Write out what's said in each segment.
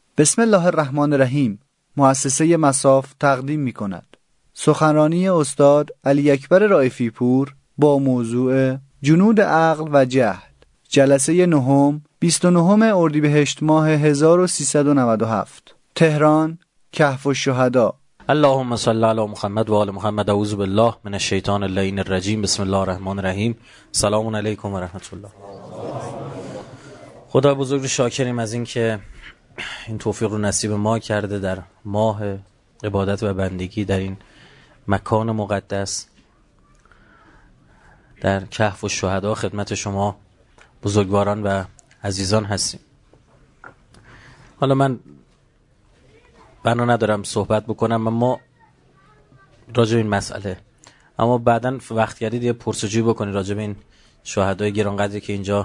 بسم الله الرحمن الرحیم. مؤسسه مصاف تقدیم می کند سخنرانی استاد علی اکبر رائفی پور با موضوع جنود عقل و جهل، جلسه نهم، 29 اردیبهشت ماه 1397، تهران، کهف الشهدا. اللهم صل علی محمد و آل محمد. اعوذ بالله من الشیطان اللعین الرجیم. بسم الله الرحمن الرحیم. سلام علیکم و رحمت الله. خدا بزرگ رو شاکریم از این که این توفیق رو نصیب ما کرده در ماه عبادت و بندگی در این مکان مقدس در کهف الشهدا خدمت شما بزرگواران و عزیزان هستیم. حالا من بنا ندارم صحبت بکنم اما راجع به این مسئله، اما بعداً وقت گردید یه پرسجویی بکنید راجع به این شهدای گرانقدری که اینجا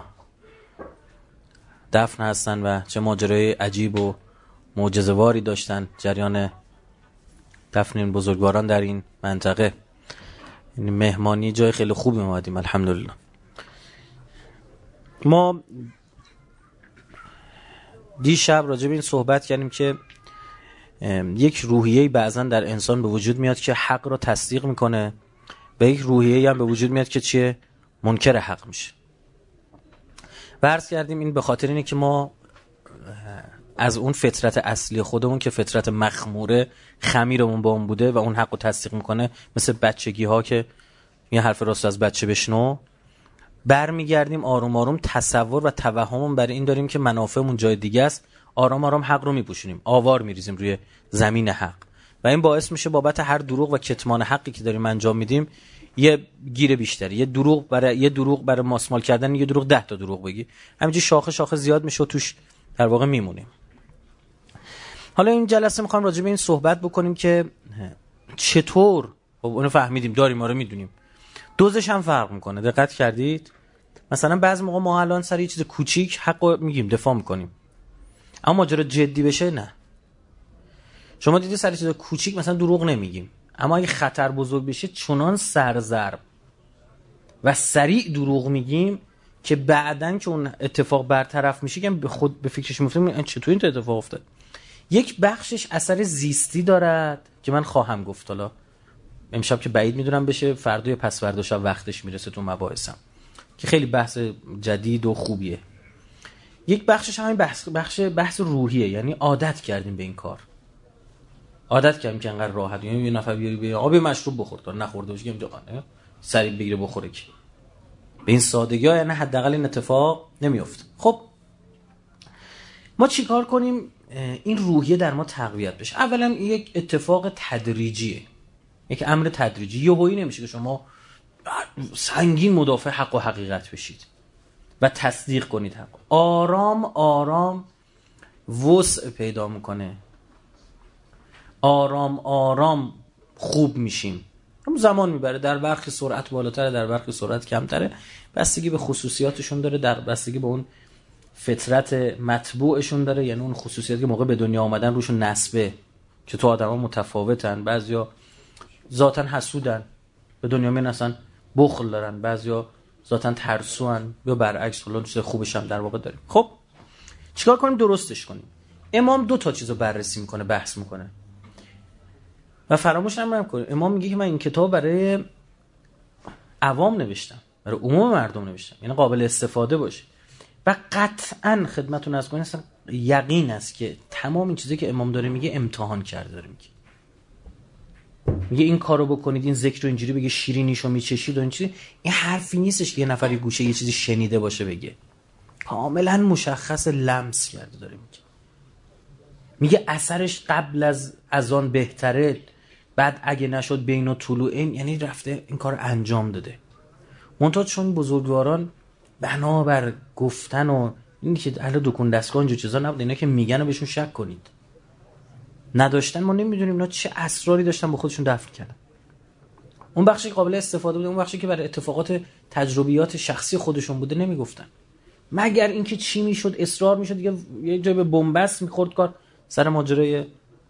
دفن هستن و چه ماجرای عجیب و معجزه‌واری داشتن جریان دفن این بزرگواران در این منطقه. این مهمانی جای خیلی خوبی اومدیم الحمدلله. ما دیشب راجع به این صحبت کردیم که یک روحیه‌ای بعضا در انسان به وجود میاد که حق را تصدیق میکنه و یک روحیه‌ای هم به وجود میاد که چیه؟ منکر حق میشه. و عرض کردیم این به خاطر اینه که ما از اون فطرت اصلی خودمون که فطرت مخموره خمیرمون با اون بوده و اون حق رو تصدیق میکنه، مثل بچگی ها که یه حرف راست از بچه بشنو، برمیگردیم آروم آروم تصور و توهمون برای این داریم که منافعمون جای دیگه است، آرام آرام حق رو میپوشونیم، آوار میریزیم روی زمین حق و این باعث میشه بابت هر دروغ و کتمان حقی که داریم انجام میدیم یه گیر بیشتری، یه دروغ برای ماسمال کردن یه دروغ 10 تا دروغ بگی، همینجوری شاخه شاخه زیاد میشه و توش در واقع میمونیم. حالا این جلسه میخوام راجع به این صحبت بکنیم که چطور، خب اونو فهمیدیم داریم ما رو میدونیم، دوزش هم فرق میکنه. دقت کردید؟ مثلا بعضی موقع ما الان سر یه چیز کوچیک حقو میگیم دفاع میکنیم، اما ماجرا جدی بشه نه. شما دیدی سر چیز کوچیک مثلا دروغ نمیگیم، اما اگه خطر بزرگ بشه چنان سرزرب و سریع دروغ میگیم که بعدن که اون اتفاق برطرف میشه که به خود به فکرش میفتیم چطور این اتفاق افتاد. یک بخشش اثر زیستی دارد که من خواهم گفت، حالا امشب که بعید میدونم بشه، فردا یا پس فردا شب وقتش میرسه تو مباحثم که خیلی بحث جدید و خوبیه. یک بخشش همین بحث روحیه، یعنی عادت کردیم به این کار، عادت کردیم که انقدر راحت، یعنی یه نفر بیاری آب مشروب بخور تا نخورده باشه اینجا قانه سریع بگیره بخوره کی به این سادگی ها، یعنی حداقل این اتفاق نمیفته. خب ما چیکار کنیم این روحیه در ما تقویت بشه؟ اولا یک اتفاق تدریجیه، یک امر تدریجی، یهویی نمیشه که شما سنگین مدافع حق و حقیقت بشید و تصدیق کنید حق. آرام آرام وسع پیدا میکنه، آرام آرام خوب میشیم. هم زمان میبره، در برخی سرعت بالاتره، در برخی سرعت کمتره، بستگی به خصوصیاتشون داره، در بستگی به اون فطرت مطبوعشون داره، یعنی اون خصوصیاتی که موقع به دنیا آمدن روشون نسبه، که تو آدما متفاوتن، بعضیا ذاتاً حسودن به دنیا میان اصلا بخل دارن، بعضیا ذاتاً ترسوان یا برعکس، حالا چیز خوبش هم در واقع داریم. خب چیکار کنیم درستش کنیم؟ امام 2 تا چیزو بررسی میکنه، بحث میکنه و فراموش هم نکنید امام میگه که من این کتاب برای عوام نوشتم، برای عموم مردم نوشتم، یعنی قابل استفاده باشه. و قطعاً خدمتتون عرض کنم اصلا یقین است که تمام این چیزایی که امام داره میگه امتحان کرده، داره میگه این کارو بکنید، این ذکر رو اینجوری بگه، شیرینیشو میچشید و این چیزی، این حرفی نیستش که یه نفر یه گوشه یه چیزی شنیده باشه بگه، کاملا مشخص لمس کرده داره میگه اثرش قبل از اذان بهتره، بعد اگه نشد بین طلوعین، یعنی رفته این کار انجام داده. منتها چون بزرگواران بنابر گفتن و اینی که اهل دکون دستگاه اینجور چیزا نبود، اینا که میگن و بهشون شک کنید، نداشتن ما نمیدونیم اینا چه اسراری داشتن با خودشون دفن کردن. اون بخشی قابل استفاده بود، اون بخشی که برای اتفاقات تجربیات شخصی خودشون بوده نمیگفتن، مگر اینکه چی میشد اصرار میشد دیگه، یه جای به بنبست میخورد کار سر ماجرای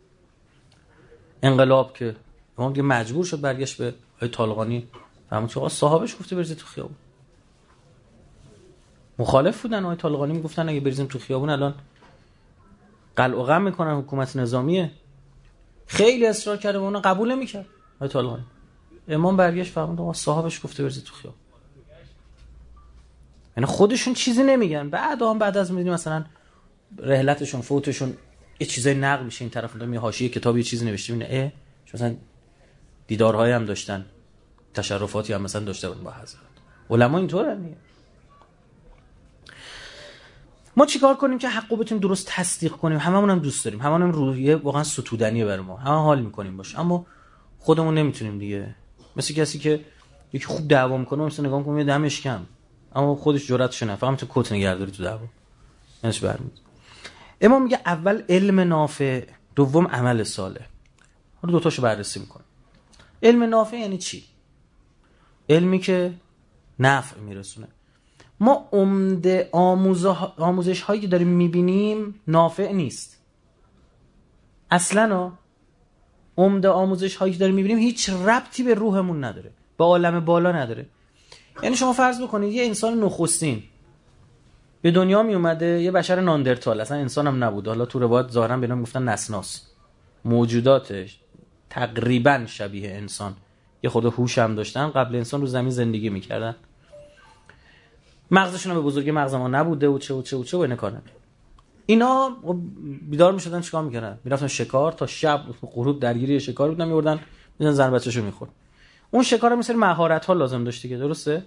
انقلاب که اون دیگه مجبور شد برگشت به آقای طالقانی، فهمید که آقا صاحبش گفته بریزید تو خیابون. مخالف بودن آقای طالقانی، میگفتن اگه بریزیم تو خیابون الان قلع و قم میکنن، حکومت نظامیه. خیلی اصرار کرده و اونا قبول نمیکرد. آیت الله امام برگشت فرمود آقا صاحبش گفته برید تو خیابون. یعنی خودشون چیزی نمیگن، بعد از میدونی مثلا رحلتشون فوتشون یه چیزای نقل میشه، این طرف اون حاشیه کتابی یه چیزی نوشته میبینه مثلا دیدارهایی هم داشتن، تشرفاتی هم مثلا داشته بودن با حضرت. علما اینطوره میگه. ما چیکار کنیم که حقو بتونیم درست تصدیق کنیم؟ هممون هم دوست داریم، هممون هم روحیه واقعا ستودنیه برای ما، همه حال میکنیم باشه، اما خودمون نمیتونیم دیگه. مثل کسی که یکی خوب دعوا میکنه مثلا نگاه میکنه دمش کم، اما خودش جرأتش نه، فقط تو کت نگهداری تو دعوا منش برمیاد. امام میگه اول علم نافع، دوم عمل صالح. حالا دو تاشو بررسی میکنه. علم نافع یعنی چی؟ علمی که نفع میرسونه. ما عمده آموزش هایی که داریم میبینیم نافع نیست اصلا. عمده آموزش هایی که داریم میبینیم هیچ ربطی به روحمون نداره، به عالم بالا نداره. یعنی شما فرض بکنید یه انسان نخستین به دنیا می اومده، یه بشر ناندرتال، اصلا انسان هم نبود، حالا تو روایت ظاهرا به نام گفتن نسناس، موجوداتش تقریبا شبیه انسان، یه خود هوش هم داشتن، قبل انسان رو زمین زندگی میکردن، مغزشون هم به بزرگی مغز ما نبوده و چه و اینا کار نداره. اینا بیدار میشدن چیکار میکردن؟ میرفتن شکار، تا شب غروب درگیری شکار بودن، میوردن میذن زن بچه‌شو میخورد. اون شکار مثل مهارت ها لازم داشت دیگه، درسته؟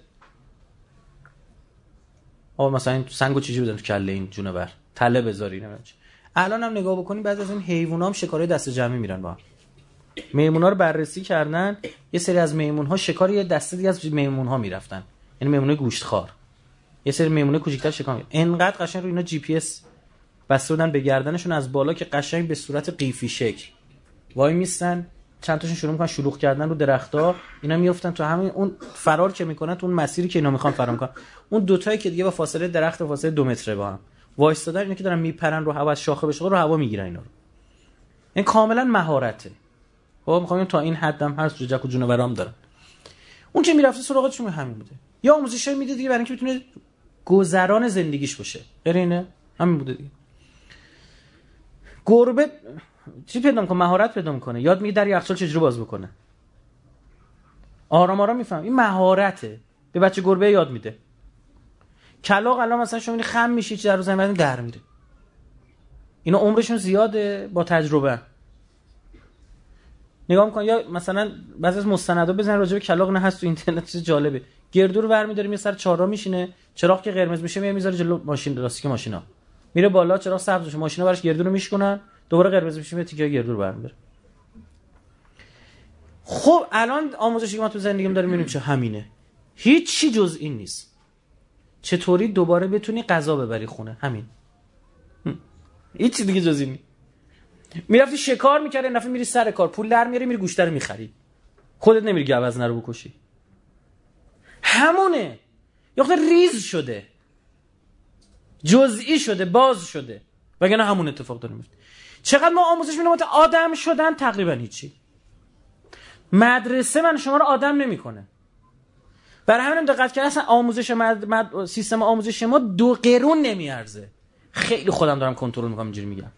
مثلا این سنگو چیزی بزنن تو کله این جونور، تله بذاری نمیدونم. الان هم نگاه بکنید بعضی از این حیونا هم شکارای دست جمعی میرن با هم. میمونا رو بررسی کردن، یه سری از میمون‌ها شکار یه دسته دیگه از میمون‌ها میرفتن، یعنی میمونه گوشتخوار، یه سری میمونه کوچیک‌تر شکار می‌کردن. انقدر قشنگ رو اینا جی پی اس بسته بودن به گردنشون از بالا که قشنگ به صورت قیفی شکل وای میستن، چند تاشون شروع میکنن شلوغ کردن رو درخت‌ها، اینا میافتن تو همین اون فرار که میکنن تو اون مسیری که اینا میخوان فرار کنن، اون دو تایی که دیگه با فاصله درخت و فاصله 2 متره با هم وایستادن، اینا که دارن میپرن رو هوا، از شاخه به شاخه رو هوا میگیرن اینا رو. این کاملا مهارته. خب میخوام تا این حدم هست جوجک و جونورام دارن. اون که میرفته سراغشون همین بوده، یا آموزشای میده دیگه برای اینکه بتونه گذران زندگیش باشه، غیر اینه همین بوده دیگه. گربه چی پیدا میکنه؟ مهارت پیدا میکنه، یاد میگیره در یخچال چجوری باز بکنه، آرام آرام میفهم، این مهارته، به بچه گربه یاد میده. کلاغ الان مثلا شما میبینی خم میشی چه در زمین در میره، اینا عمرشون زیاده با تجربه. نگاه میکن، یا مثلا بعضی از مستندا بزن راجع به کلاغ نه هست تو اینترنت، چیز جالبه، گردو رو برمی‌داره میاد سر چهارراه میشینه، چراغ که قرمز میشه میذاره جلو ماشین، لاستیک ماشینا میره بالا، چراغ سبز میشه ماشینا براش گردو رو میشکنن، دوباره قرمز میشه میاد تیکه گردو رو برمی‌داره. خب الان آموزشی که ما تو زندگیمون داریم میبینیم چه همینه، هیچ جز این نیست. چطوری دوباره بتونی غذا ببری خونه، همین، هیچ دیگه جز این. میرفتی شکار میکردی، این دفعه میری سر کار پول در میاری، میری گوشت رو میخری، خودت نمیری گوزنه رو بکشی، همونه. یا خود ریز شده، جزئی شده، باز شده، وگرنه همون اتفاق داره میفته. چقدر ما آموزش میدیم آدم شدن؟ تقریبا هیچی. مدرسه من شما رو آدم نمیکنه. برای همین دقت کردن اصلا آموزش سیستم آموزش ما 2 قرون نمیارزه. خیلی خودم دارم کنترل میکنم اینجوری میگم،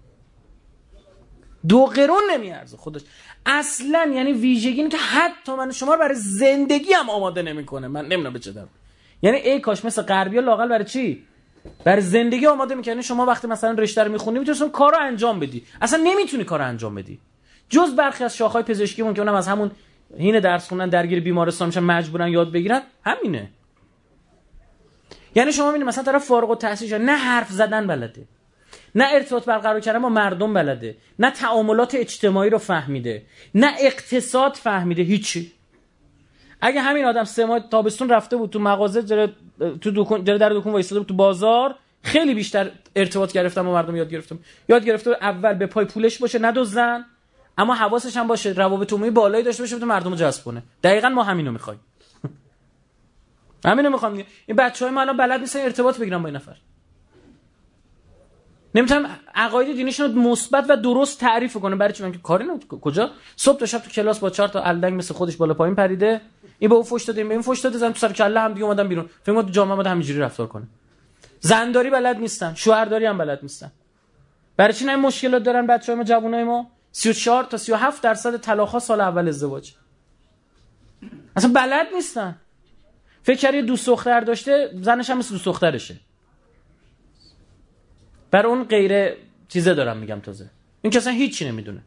2 قرون نمیارزه خودش اصلا. یعنی ویژگی اینه که حتی من شما رو برای زندگی هم آماده نمیکنه. من نمیدونم به چه دلیل. یعنی ای کاش مثل غربی‌ها لااقل برای چی؟ برای زندگی آماده میکنه. شما وقتی مثلا رشته رو میخونی میتونی اون کارو انجام بدی، اصلا نمیتونی کارو انجام بدی. جز برخی از شاخه‌های پزشکی ممکنه اونم از همون حین درس خوندن درگیر بیمارستان میشن، مجبورن یاد بگیرن، همینه. یعنی شما میبینید مثلا طرف فارغ التحصیل نه حرف زدن بلده، نه ارتباط برقرار کردن با مردم بلده، نه تعاملات اجتماعی رو فهمیده، نه اقتصاد فهمیده، هیچی. اگه همین آدم 3 ماه تابستون رفته بود تو مغازه، تو دکون، در دکون وایساده بود، تو بازار، خیلی بیشتر ارتباط گرفتم با مردم یاد گرفته اول به پای پولش باشه ندزدن، اما حواسش هم باشه روابط عمومی بالایی داشته باشه، بتونه مردم رو جذب کنه. دقیقاً ما همینو می‌خوایم. همینو می‌خوام. این بچه‌های ما الان بلد نیستن ارتباط بگیرن با این نفر. نمی‌تونن عقاید دینیشون رو مثبت و درست تعریف کنه. برای چی؟ که کاری نه. کجا صبح تا شب تو کلاس با 4 تا الدنگ مثل خودش بالا پایین پریده، این به اون فوش داده، این به این فوش داده، زن تو سر کله هم دیگه اومدن بیرون. فکر کنم تو جامعه ما همینجوری رفتار کنه. زنداری بلد نیستن، شوهرداری هم بلد نیستن. برای چی این مشکلات دارن بچه‌های ما، جوانای ما؟ 34 تا 37% طلاق‌ها سال اول ازدواج. اصلا بلد نیستن. فکر کردی دوست دختر داشته، زنش هم مثل دوست دخترشه. برای اون غیر چیزه دارم میگم تازه. این که اصلا هیچی نمیدونه.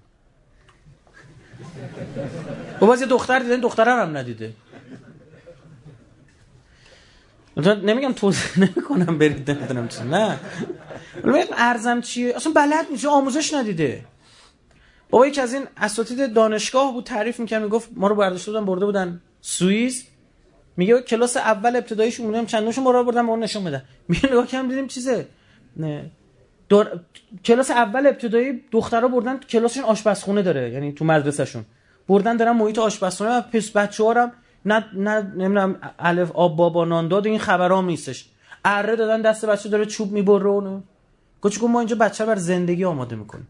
و باز یه دختر دیدن، دخترم هم ندیده. نمیگم توضیح نمیکنم برید نمیدونم چی، نه. ولی ارزم چیه؟ اصلا بلد نیست، آموزش ندیده. بابا یکی از این اساتید دانشگاه بود تعریف می‌کرد، میگفت ما رو برداشته بودن برده بودن سوئیس، میگه کلاس اول ابتداییش اونم چنداشون ما رو بردن ما نشون بدن. میگه نگاه کردم دیدیم چیزه، نه کلاس اول ابتدایی دخترها بردن کلاسشون آشپزخونه داره، یعنی تو مدرسه‌شون بردن دارن محیط آشپزخونه و پس بچه‌ها هم نه نمیدونم الف آب بابا نان داد، این خبرام نیستش. اره دادن دست بچه داره چوب میبره اونو. گفت ما اینجا بچه بر زندگی آماده میکنیم.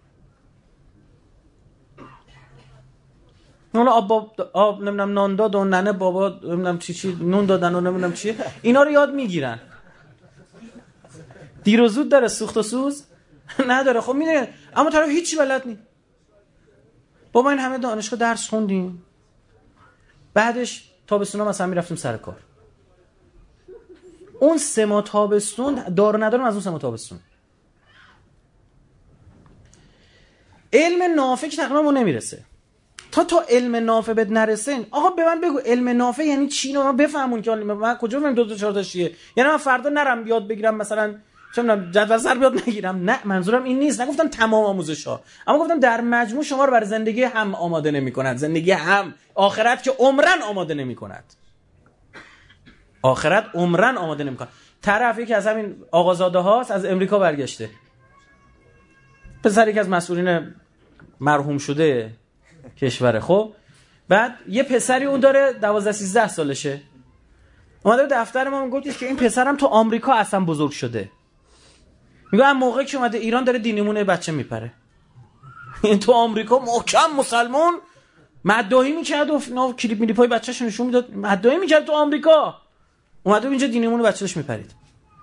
اونا آب نمیدونم نان داد و ننه بابا نمیدونم چی نون دادن و نمیدونم چی، اینا رو یاد میگیرن. دیر و زود داره، سوخت و سوز نداره. خب میدونی اما طرف هیچی بلد نی. بابا این همه دانشگاه درس خوندیم، بعدش تابستونا مثلا میرفتیم سر کار. اون 3 ماه تابستون دار ندارم، از اون 3 ماه تابستون علم نافع که تقریبا ما نمیرسه. تا علم نافع بهت نرسه، آقا به من بگو علم نافع یعنی چی؟ من بفهمون که من کجا بفهمم 2 تا 4 تا چیه. یعنی من فردا نرم یاد بگیرم مثلا چه میدونم جدول ضرب یاد نگیرم؟ نه، منظورم این نیست. نگفتم تمام آموزش‌ها، اما گفتم در مجموع شما رو برای زندگی هم آماده نمی‌کند. زندگی هم آخرت که عمرن آماده نمی‌کند. آخرت عمرن آماده نمی‌کند. طرف یکی از همین آقازاده هاست، از امریکا برگشته. پسر یکی از مسئولین مرحوم شده کشور. خب بعد یه پسری اون داره 12 13 سالشه، اومده به دفتر ما میگفتش که این پسرم تو آمریکا اصلا بزرگ شده. میگه من موقعی که اومده ایران داره دینیمونه بچه میپره. این تو آمریکا محکم مسلمان مدعی میکرد و کلیپ میلیپای بچه‌ش نشون میداد، مدعی میکرد تو آمریکا، اومده اینجا دینیمونه بچه‌ش میپرید.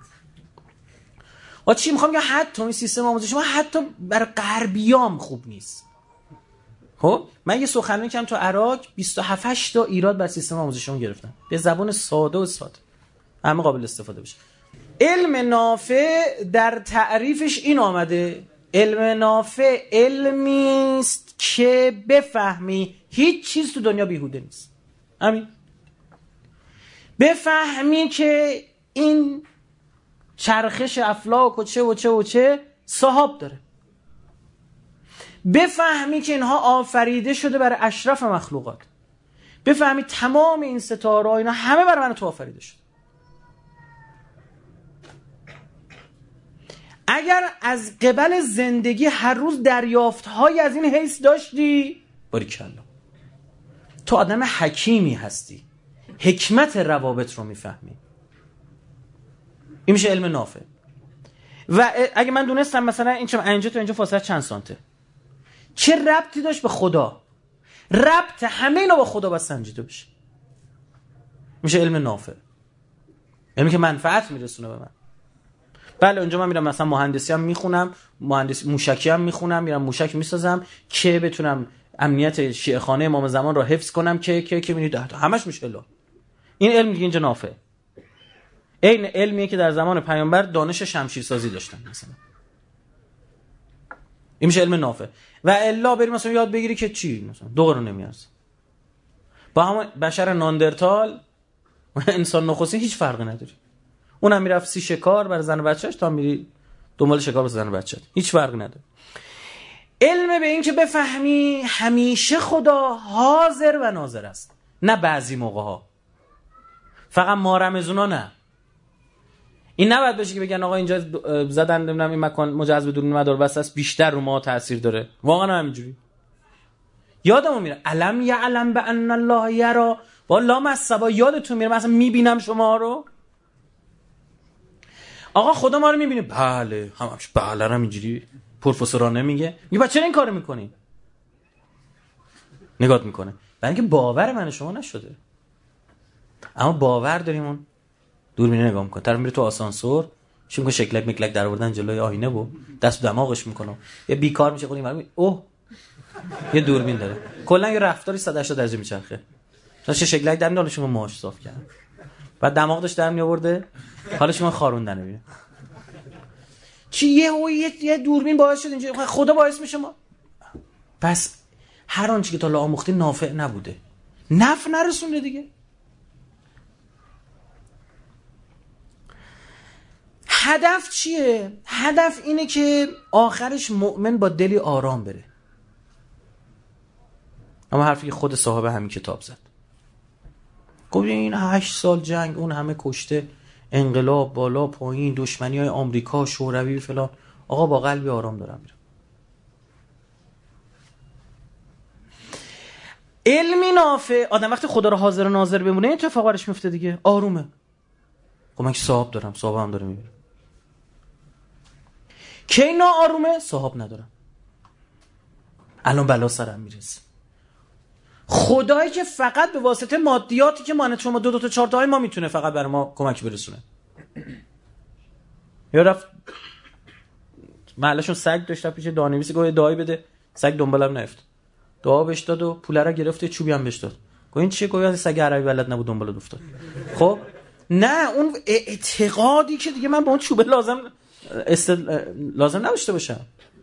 و چی میخوام که حتی این سیستم آموزشی ما حتی برای غربیام خوب نیست. خب من یه سخنرانی کردم تو عراق، 27 تا ایراد بر سیستم آموزشیمون گرفتن به زبان ساده و ساده، همه قابل استفاده بشه. علم نافع در تعریفش این آمده: علم نافع علمی است که بفهمی هیچ چیز تو دنیا بیهوده نیست. همین. بفهمی که این چرخش افلاک و چه و چه و چه صاحب داره. بفهمی که اینها آفریده شده برای اشرف مخلوقات. بفهمی تمام این ستاره اینا همه برای من تو آفریده شده. اگر از قبل زندگی هر روز دریافت‌های از این حیث داشتی، باریکلا تو آدم حکیمی هستی، حکمت روابط رو میفهمی. این میشه علم نافع. و اگه من دونستم مثلا اینجا تو اینجا فاصله چند سانته، چه ربطی داشت به خدا؟ ربط همه اینا با خدا باید سنجیده بشه. میشه علم نافع، علمی که منفعت میرسونه به من. بله اونجا من میرم مثلا مهندسی هم میخونم، مهندسی موشکی هم میخونم، میرم موشک میسازم که بتونم امنیت شیعه خانه امام زمان رو حفظ کنم که میبینید همش میشه علم. این علم دیگه اینجا نافع. این علمیه که در زمان پیامبر دانش شمشیرسازی داشتن مثلا. این میشه علم نافع. و الا بریم مثلا یاد بگیری که چی مثلا 2 قرون نمیارزه. با همون بشر ناندرتال و انسان نخستین هیچ فرقی نداره. اونم میرفت 30 شکار برای زن و بچه‌اش، تا میری دنبال شکار واسه زن و بچه‌ت، هیچ فرقی نداره. علم به این که بفهمی همیشه خدا حاضر و ناظر است، نه بعضی موقع‌ها، فقط ما رمزونا نه. این نباید بشه که بگن آقا اینجا زدن نمیدونم این مکان مجاز بدون مدار بس است، بیشتر رو ما تاثیر داره. واقعا همینجوری یادمون میره علم یعلم بان الله یرا، والله مسبا یادتون میره مثلا میبینم شما رو. آقا خدا ما رو میبینه؟ بله، همش بله هم اینجوری پروفسورانه میگه. میگه چرا این کارو میکنی؟ نگات میکنه برای اینکه باور من شما نشده. اما باور داریم، اون دوربین نگاه میکنه. طرف میره تو آسانسور چون که شکلک مکلک در آوردن جلوی آینه بود دست دماغش میکنه یه بیکار میشه خود این اوه یه دوربین داره کلا یه رفتاری 180 درجه میچرخه چون شکلک در میاد شما ماش صاف کرد بعد دماغ داشت در می آورده حالا شما خاروندنه ببین چی یه دوربین باعث شد اینجا خدا باعث میشه ما پس هر آنچه که تا حالا آموختی نافع نبوده نفع نرسونده دیگه. هدف چیه؟ هدف اینه که آخرش مؤمن با دلی آرام بره. اما حرفی که خود صاحب همین کتاب زد گفت این 8 سال جنگ اون همه کشته انقلاب بالا پایین دشمنی های آمریکا شوروی فلان آقا با قلبی آرام دارم میرم. علمی نافع آدم وقتی خدا رو حاضر و ناظر بمونه این اتفاق برش میفته دیگه آرومه. خب من که صاحب دارم صاحب هم داره میبره کی نا آرومه صاحب ندارم الان بلا سرم میرسه. خدایی که فقط به واسطه مادیاتی که مانه شما 2 تا 4 تا ما میتونه فقط برای ما کمک برسونه. یا رفت محلشون سگ داشت پیش دانویسی گفت دعایی بده سگ دنبالم نرفت دعا بهش داد و پول را گرفت چوبی هم بهش داد گفت این چیه گفت سگ عربی بلد نبود دنبال افتاد. خب نه اون اعتقادی که دیگه من با اون چوبه لازم نداشته باشم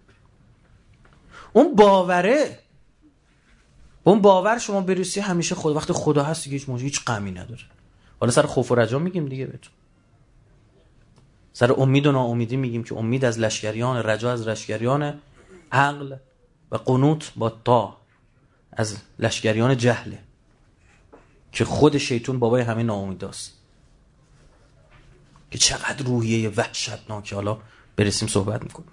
اون باوره اون باور شما برسی همیشه خود وقتی خدا هست دیگه هیچ غمی نداره. حالا سر خوف و رجا میگیم دیگه بهتون سر امید و ناامیدی میگیم که امید از لشکریان رجا از لشکریان عقل و قنوت با تا از لشکریان جهله که خود شیطان بابای همه ناامیداست که چقدر روحیه وحشتناکه. حالا برسیم صحبت میکنم.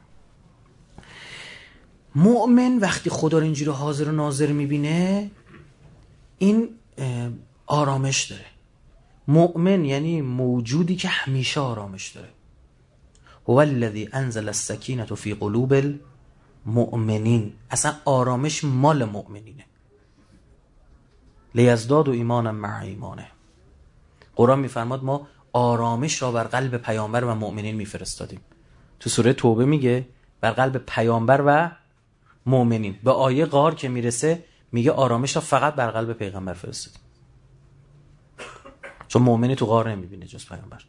مؤمن وقتی خدا رو اینجوری حاضر و ناظر میبینه این آرامش داره. مؤمن یعنی موجودی که همیشه آرامش داره. هو الذی انزل السکینة فی قلوب المؤمنین. اصلا آرامش مال مؤمنینه. لیزدادوا ایمانا مع ایمانه. قرآن میفرماد ما آرامش را بر قلب پیامبر و مؤمنین میفرستادیم. تو سوره توبه میگه بر قلب پیامبر و مؤمنین. به آیه غار که میرسه میگه آرامش را فقط بر قلب پیغمبر فرستادیم چون مؤمنی تو غار نمیبینه جز پیامبر.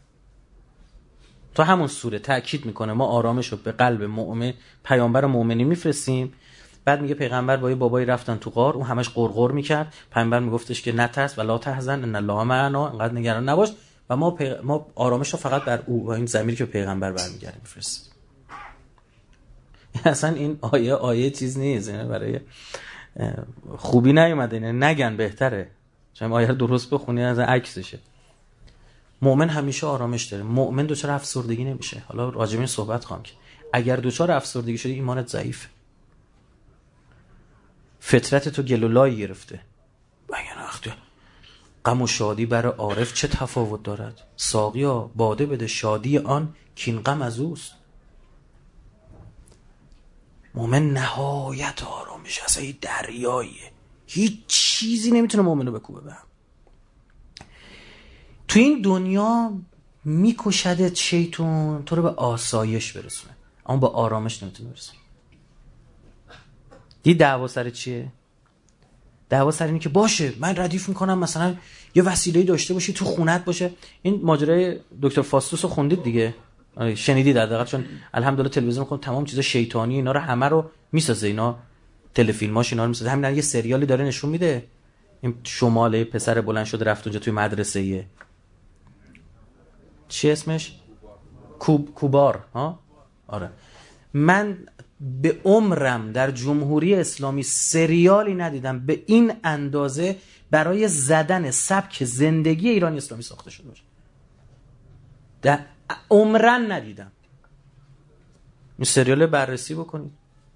تو همون سوره تأکید میکنه ما آرامش رو به قلب مؤمن پیامبر و مؤمنین میفرستیم. بعد میگه پیغمبر با یه بابایی رفتن تو غار اون همش قرقر میکرد پیامبر میگفتش که نترس ولا تحزن ان الله معنا انقدر نگران نباش و ما آرامش رو فقط بر او و این ضمیری که پیغمبر برمیگرده میفرستیم. اصلا این آیه چیز نیست یعنی برای خوبی نیومده یعنی نگن بهتره چون آیه رو درست بخونی از عکسشه. مؤمن همیشه آرامش داره. مؤمن دچار افسردگی نمیشه. حالا راجع به این صحبت خواهم که اگر دچار افسردگی شدی ایمانت ضعیفه. فطرت تو گلولایی گرفته. بگن وقتی غم و شادی برای عارف چه تفاوت دارد؟ ساقیا باده بده شادی آن کین غم از اوست. مؤمن نهایت آرامش اصلا یه دریاییه. هیچ چیزی نمیتونه مؤمن رو بکوبه به هم. تو این دنیا میکشده شیطان تو رو به آسایش برسونه اما به آرامش نمیتونه برسونه. دی دعوا سر چیه؟ دعوا سر اینه که باشه من ردیف میکنم مثلا یه وسیله‌ای داشته باشی تو خونت باشه. این ماجرای دکتر فاستوس رو خوندید دیگه شنیدید حداقل چون الحمدلله تلویزیون خون تمام چیزا شیطانی اینا رو همه رو میسازه اینا تلفیلماش اینا رو میسازه. همین یه سریالی داره نشون میده این شماله پسر بلند شده رفت اونجا توی مدرسه‌ایه چی اسمش کوبار ها آره. من به عمرم در جمهوری اسلامی سریالی ندیدم به این اندازه برای زدن سبک زندگی ایرانی اسلامی ساخته شده باشه. در عمرن ندیدم. این سریال بررسی بکنید.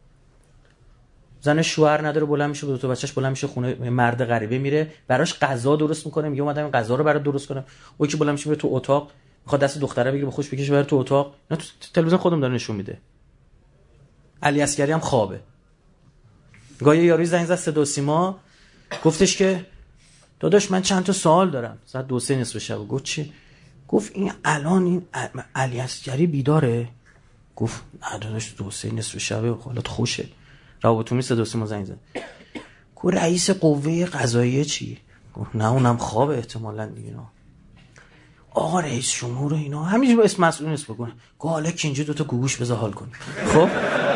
زن شوهر نداره بلند میشه با دو تا بچه‌ش بلند میشه خونه مرد غریبه میره براش غذا درست میکنه میگه اومدم این غذا رو برات درست کنم. اون که بلند میشه میره تو اتاق میخواد دست دختره بگیره به خوش بکشه بره تو اتاق. اینا تو تلویزیون خودم داره نشون میده. علی عسگری هم خوابه. گاهی یاروی زنگ زد صدا و سیما گفتش که داداش من چند تا سوال دارم. ساعت 2-3 نصف شب. گفت چی؟ گفت این الان این علی اصغری بیداره؟ گفت نه داداش 2-3 نصف شبه حالت خوشه. رابطونی 3-2 ما زنگ زد. گفت رئیس قوه قضاییه چی؟ گفت نه اونم خوابه احتمالاً دیگه. آقا رئیس جمهور اینا همینجوری اسم مسئول نیست بگن. گفت حالا که اینجا 2 گوگوش بذار حال کنیم. خب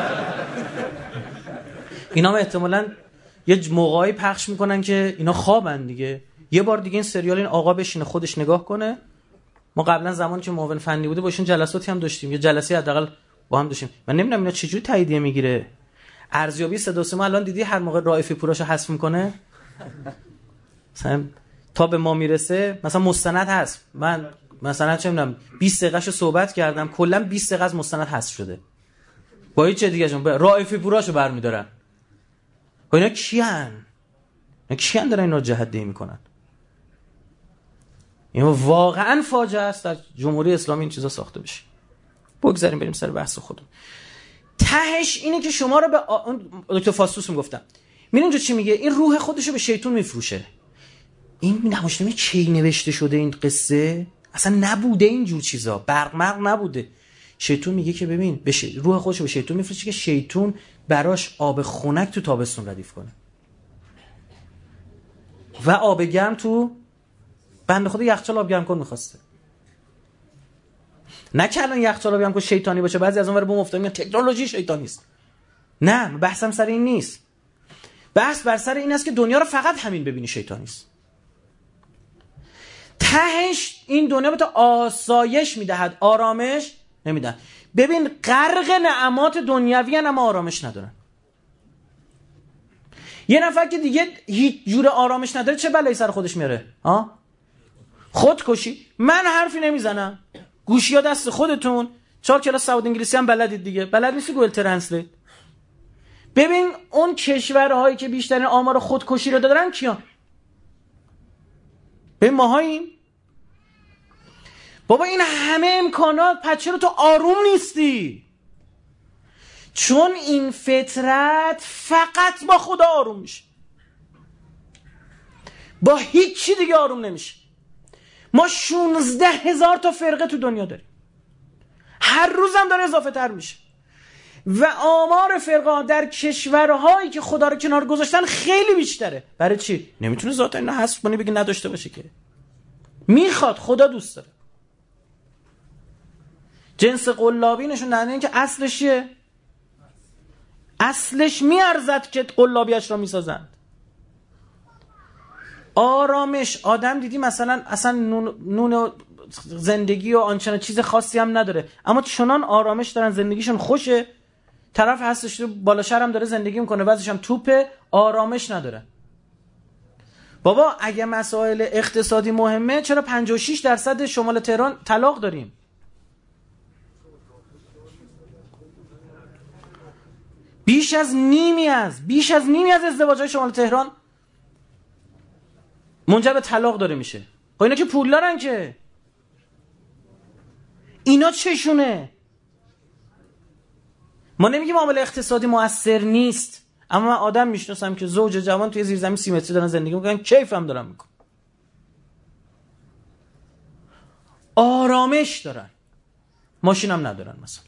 اینا احتمالاً یه موقعی پخش میکنن که اینا خوابن دیگه. یه بار دیگه این سریال این آقا بشینه خودش نگاه کنه. ما قبلا زمانی که معاون فنی بوده باشون جلساتی هم داشتیم، یه جلسه حداقل با هم داشتیم. من نمیدونم اینا چجوری تاییدیه میگیره. ارزیابی 3 ما الان دیدی هر موقع رائفی پوراشو حذف میکنه مثلا تا به ما میرسه مثلا مستند هست، من مثلا چه میدونم 20 دقیقه‌شو صحبت کردم کلا 20 دقیقه از مستند حذف شده با هیچ چه دیگه جون رائفی پوراشو برمی‌دارن. و اینا کیان دارن اینا رو جهت‌دهی میکنن؟ این واقعا فاجعه است در جمهوری اسلامی این چیزا ساخته بشه. بگذاریم بریم سر بحث خودمون. تهش اینه که شما رو به دکتر فاستوس میگفتم میرین اینجا چی میگه؟ این روح خودشو به شیطون میفروشه. این نمایشنامه کی نوشته شده این قصه؟ اصلا نبوده اینجور چیزا، برق نبوده. شیطون میگه که ببین روح خودشو به شیطون میفروشه که شیطون براش آب خنک تو تابستون ردیف کنه و آب گرم تو بنده خدا یخچال آب گرم کن میخواسته. نه که الان یخچال آب گرم کن شیطانی باشه، بعضی از اونور بوم افتاد میگن تکنولوژی شیطانی است. نه بحثم سر این نیست. بحث بر سر این است که دنیا رو فقط همین ببینی شیطانی است. تهش این دنیا به تو آسایش میدهد، آرامش نمیدن. ببین غرق نعمات دنیوی ان اما آرامش ندارن. یه نفر که دیگه هیچ جور آرامش نداره چه بلایی سر خودش میاره؟ خودکشی. من حرفی نمیزنم، گوشی‌ها دست خودتون. 4 کلاس سواد انگلیسی هم بلدید دیگه، بلد نیستی گوگل ترنسلیت. ببین اون کشورهایی که بیشترین آمار خودکشی رو دارن کیان؟ ببین ماهاییم. بابا این همه امکانات پس رو تو آروم نیستی؟ چون این فطرت فقط با خدا آروم میشه، با هیچی دیگه آروم نمیشه. ما 16,000 تا فرقه تو دنیا داریم، هر روزم داره اضافه تر میشه و آمار فرقه در کشورهایی که خدا رو کنار گذاشتن خیلی بیشتره. برای چی؟ نمیتونه ذات اینا حذف کنی بگی نداشته باشه که میخواد، خدا دوست داره. جنس قلابی نشون دهنده این که اصلش چیه؟ اصلش میارزد که قلابیش را میسازند. آرامش آدم دیدی مثلا اصلا نون زندگی و آنچنان چیز خاصی هم نداره اما چنان آرامش دارن، زندگیشون خوشه. طرف هستش بالا شهرم داره زندگی میکنه بعضیش هم توپه، آرامش نداره. بابا اگه مسائل اقتصادی مهمه چرا 56% شمال تهران طلاق داریم؟ بیش از نیمی از ازدواج‌های شمال تهران منجر به طلاق داره میشه. خب اینا که پول دارن که اینا چشونه؟ ما نمیگیم عامل اقتصادی مؤثر نیست، اما من آدم میشناسم که زوج جوان توی زیرزمین 30 متری دارن زندگی میکنن، کیف هم دارن میکنن، آرامش دارن، ماشین هم ندارن. مثلا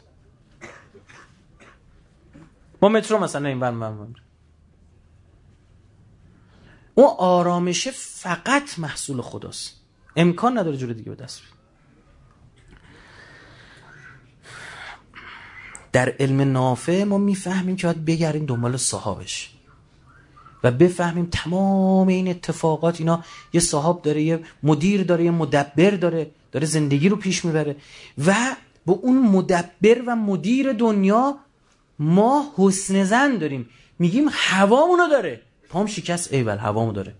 ما مترو مثلا این برم اون آرامشه فقط محصول خداست، امکان نداره جور دیگه به دست بیاره. در علم نافع ما میفهمیم که باید بگردیم دنبال صاحبش و بفهمیم تمام این اتفاقات اینا یه صاحب داره، یه مدیر داره، یه مدبر داره زندگی رو پیش میبره و با اون مدبر و مدیر دنیا ما حسن ظن داریم، میگیم هوامونو داره. پام شکست، ایول هوامو داره.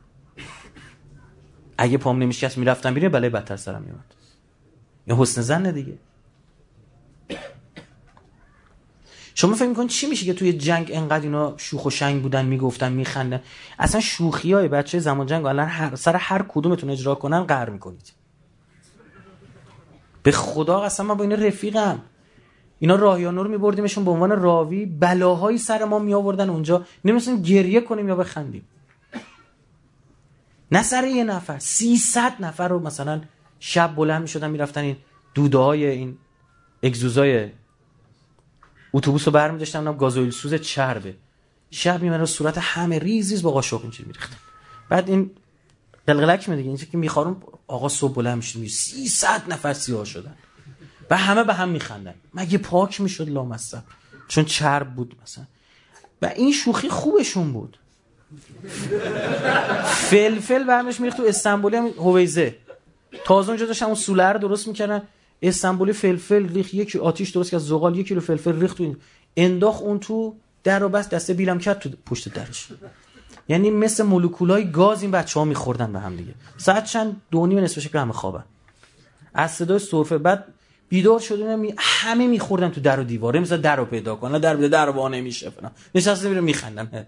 اگه پام نمیشکست میرفتم بیرون بلای بدتر سرم میومد. این حسن ظن دیگه. شما فکر می‌کنید چی میشه که توی جنگ انقدر اینا شوخ و شنگ بودن، میگفتن میخندن؟ اصلا شوخیای بچه زمان جنگ الان سر هر کدومتون اجرا کنن قهر میکنید. به خدا قسم من با اینا رفیقم. اینا راهیانو رو میبردیمشون به عنوان راوی، بلاهایی سر ما میآوردن اونجا، نمی‌دونیم گریه کنیم یا بخندیم. نه سر یه نفر، 300 نفر رو مثلا شب بلند میشدن میرفتن این دوده های این اگزوزای اتوبوس رو برمی‌داشتن، اونم گازوئیل سوز چربه. شب میمونه صورت همه ریز با قاشق اینجوری میریختن. بعد این قلقلک میگه اینجوری که میخارون آقا صبح بلند میشه 300 نفر سیاه شدن و همه به هم میخندن. مگه پاک میشد لامصب؟ چون چرب بود مثلا. و این شوخی خوبشون بود. فلفل برمش میریخت تو استانبولی هم هویزه. تازه اونجا داشتن اون سوله رو درست میکردن. استانبولی فلفل ریخت، یکی آتیش درست کرد، زغال 1 کیلو فلفل ریخت تو این، انداخت اون تو در رو بس، دسته بیلم کرد تو پشت درش. یعنی مثل مولکولای گاز این بچه‌ها میخوردن به هم دیگه. ساعت چند 2:30 نصف شب همه خوابن. از صدای سرفه بعد بیدار شدن همه میخوردن تو در و دیواره، مثلا درو پیدا کنن، در وا نمیشه فلان. نشسته میره میخندن.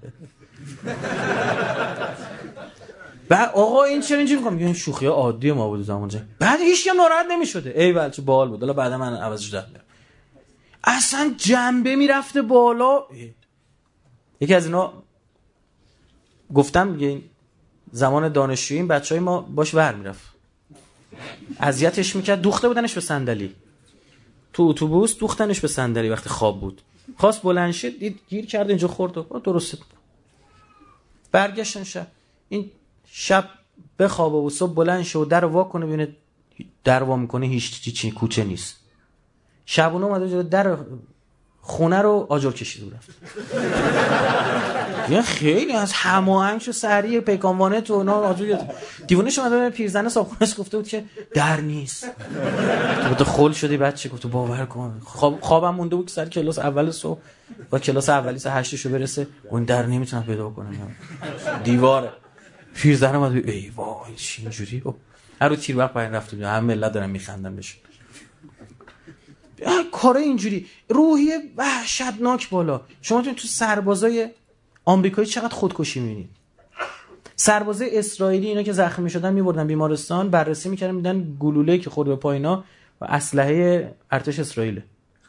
بعد آقا این چرا اینجوری میگم؟ میگن شوخی‌ها عادی ما بود زمان جنگ. بعد هیچ کم ناراحت نمیشده. ای بله چه باحال بود. حالا بعدا من عوضش دادم. اصلا جنبه میرفته بالا. یکی از اینا گفتم میگه زمان دانشجویی این بچهای ما باش ور میرفت. اذیتش میکرد، دوخته بودنش به صندلی. تو اتوبوس دوختنش به صندلی وقتی خواب بود. خواست بلند شه، دید گیر کرد اینجا خورد و درست. برگشتن شب. این شب بخوابه و صبح بلند شه و در وا کنه، ببینه در وا میکنه هیچ چی کوچه نیست. شبونه اومده جلو در خونه رو آجر کشید و رفت. یه خیلی از هماهنگ شو سریع پیکانوانه تو اونا آجر دیوونه‌ش اومده به پیرزنه صاحبخونه‌اش گفته بود که در نیست. تو خول شدی بچه، گفت باور کن خوابم مونده بود سر کلاس اول صبح با کلاس اولی ساعت 8 شو برسه، اون در نمیتونم پیدا کنم، دیواره. پیرزنه اومد ای وای چی اینجوری هر رو تیر وقت پایین رفت، همه ملت دارن میخندن بهش. کار اینجوری روحیه وحشتناک بالا. شما تو سربازای آمریکایی چقدر خودکشی می‌بینید. سربازای اسرائیلی اینا که زخمی شدن می‌بردن بیمارستان، بررسی می‌کردن، میدن گلوله‌ای که خورد به پایینا و اسلحه ارتش اسرائیل.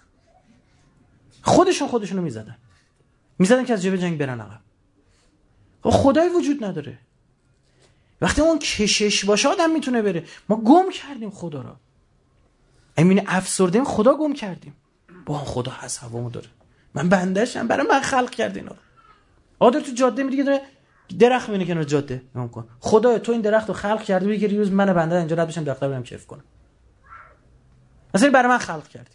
خودشونو می‌زدن که از جبهه جنگ برن عقب. خدای وجود نداره. وقتی اون کشش باشه آدم میتونه بره. ما گم کردیم خدا را. امین افسردیم، خدا گم کردیم. با خدا هست، هوامو داره، من بنده‌شم، برای من خلق کرد اینا رو. آدم تو جاده میری که درخت میونه کنار جاده، نگاه کن خدای تو این درخت رو خلق کرده بگی که روز من بنده اینجا رد بشم درخت رو برم کیف کنم. مثلا برای من خلق کردی.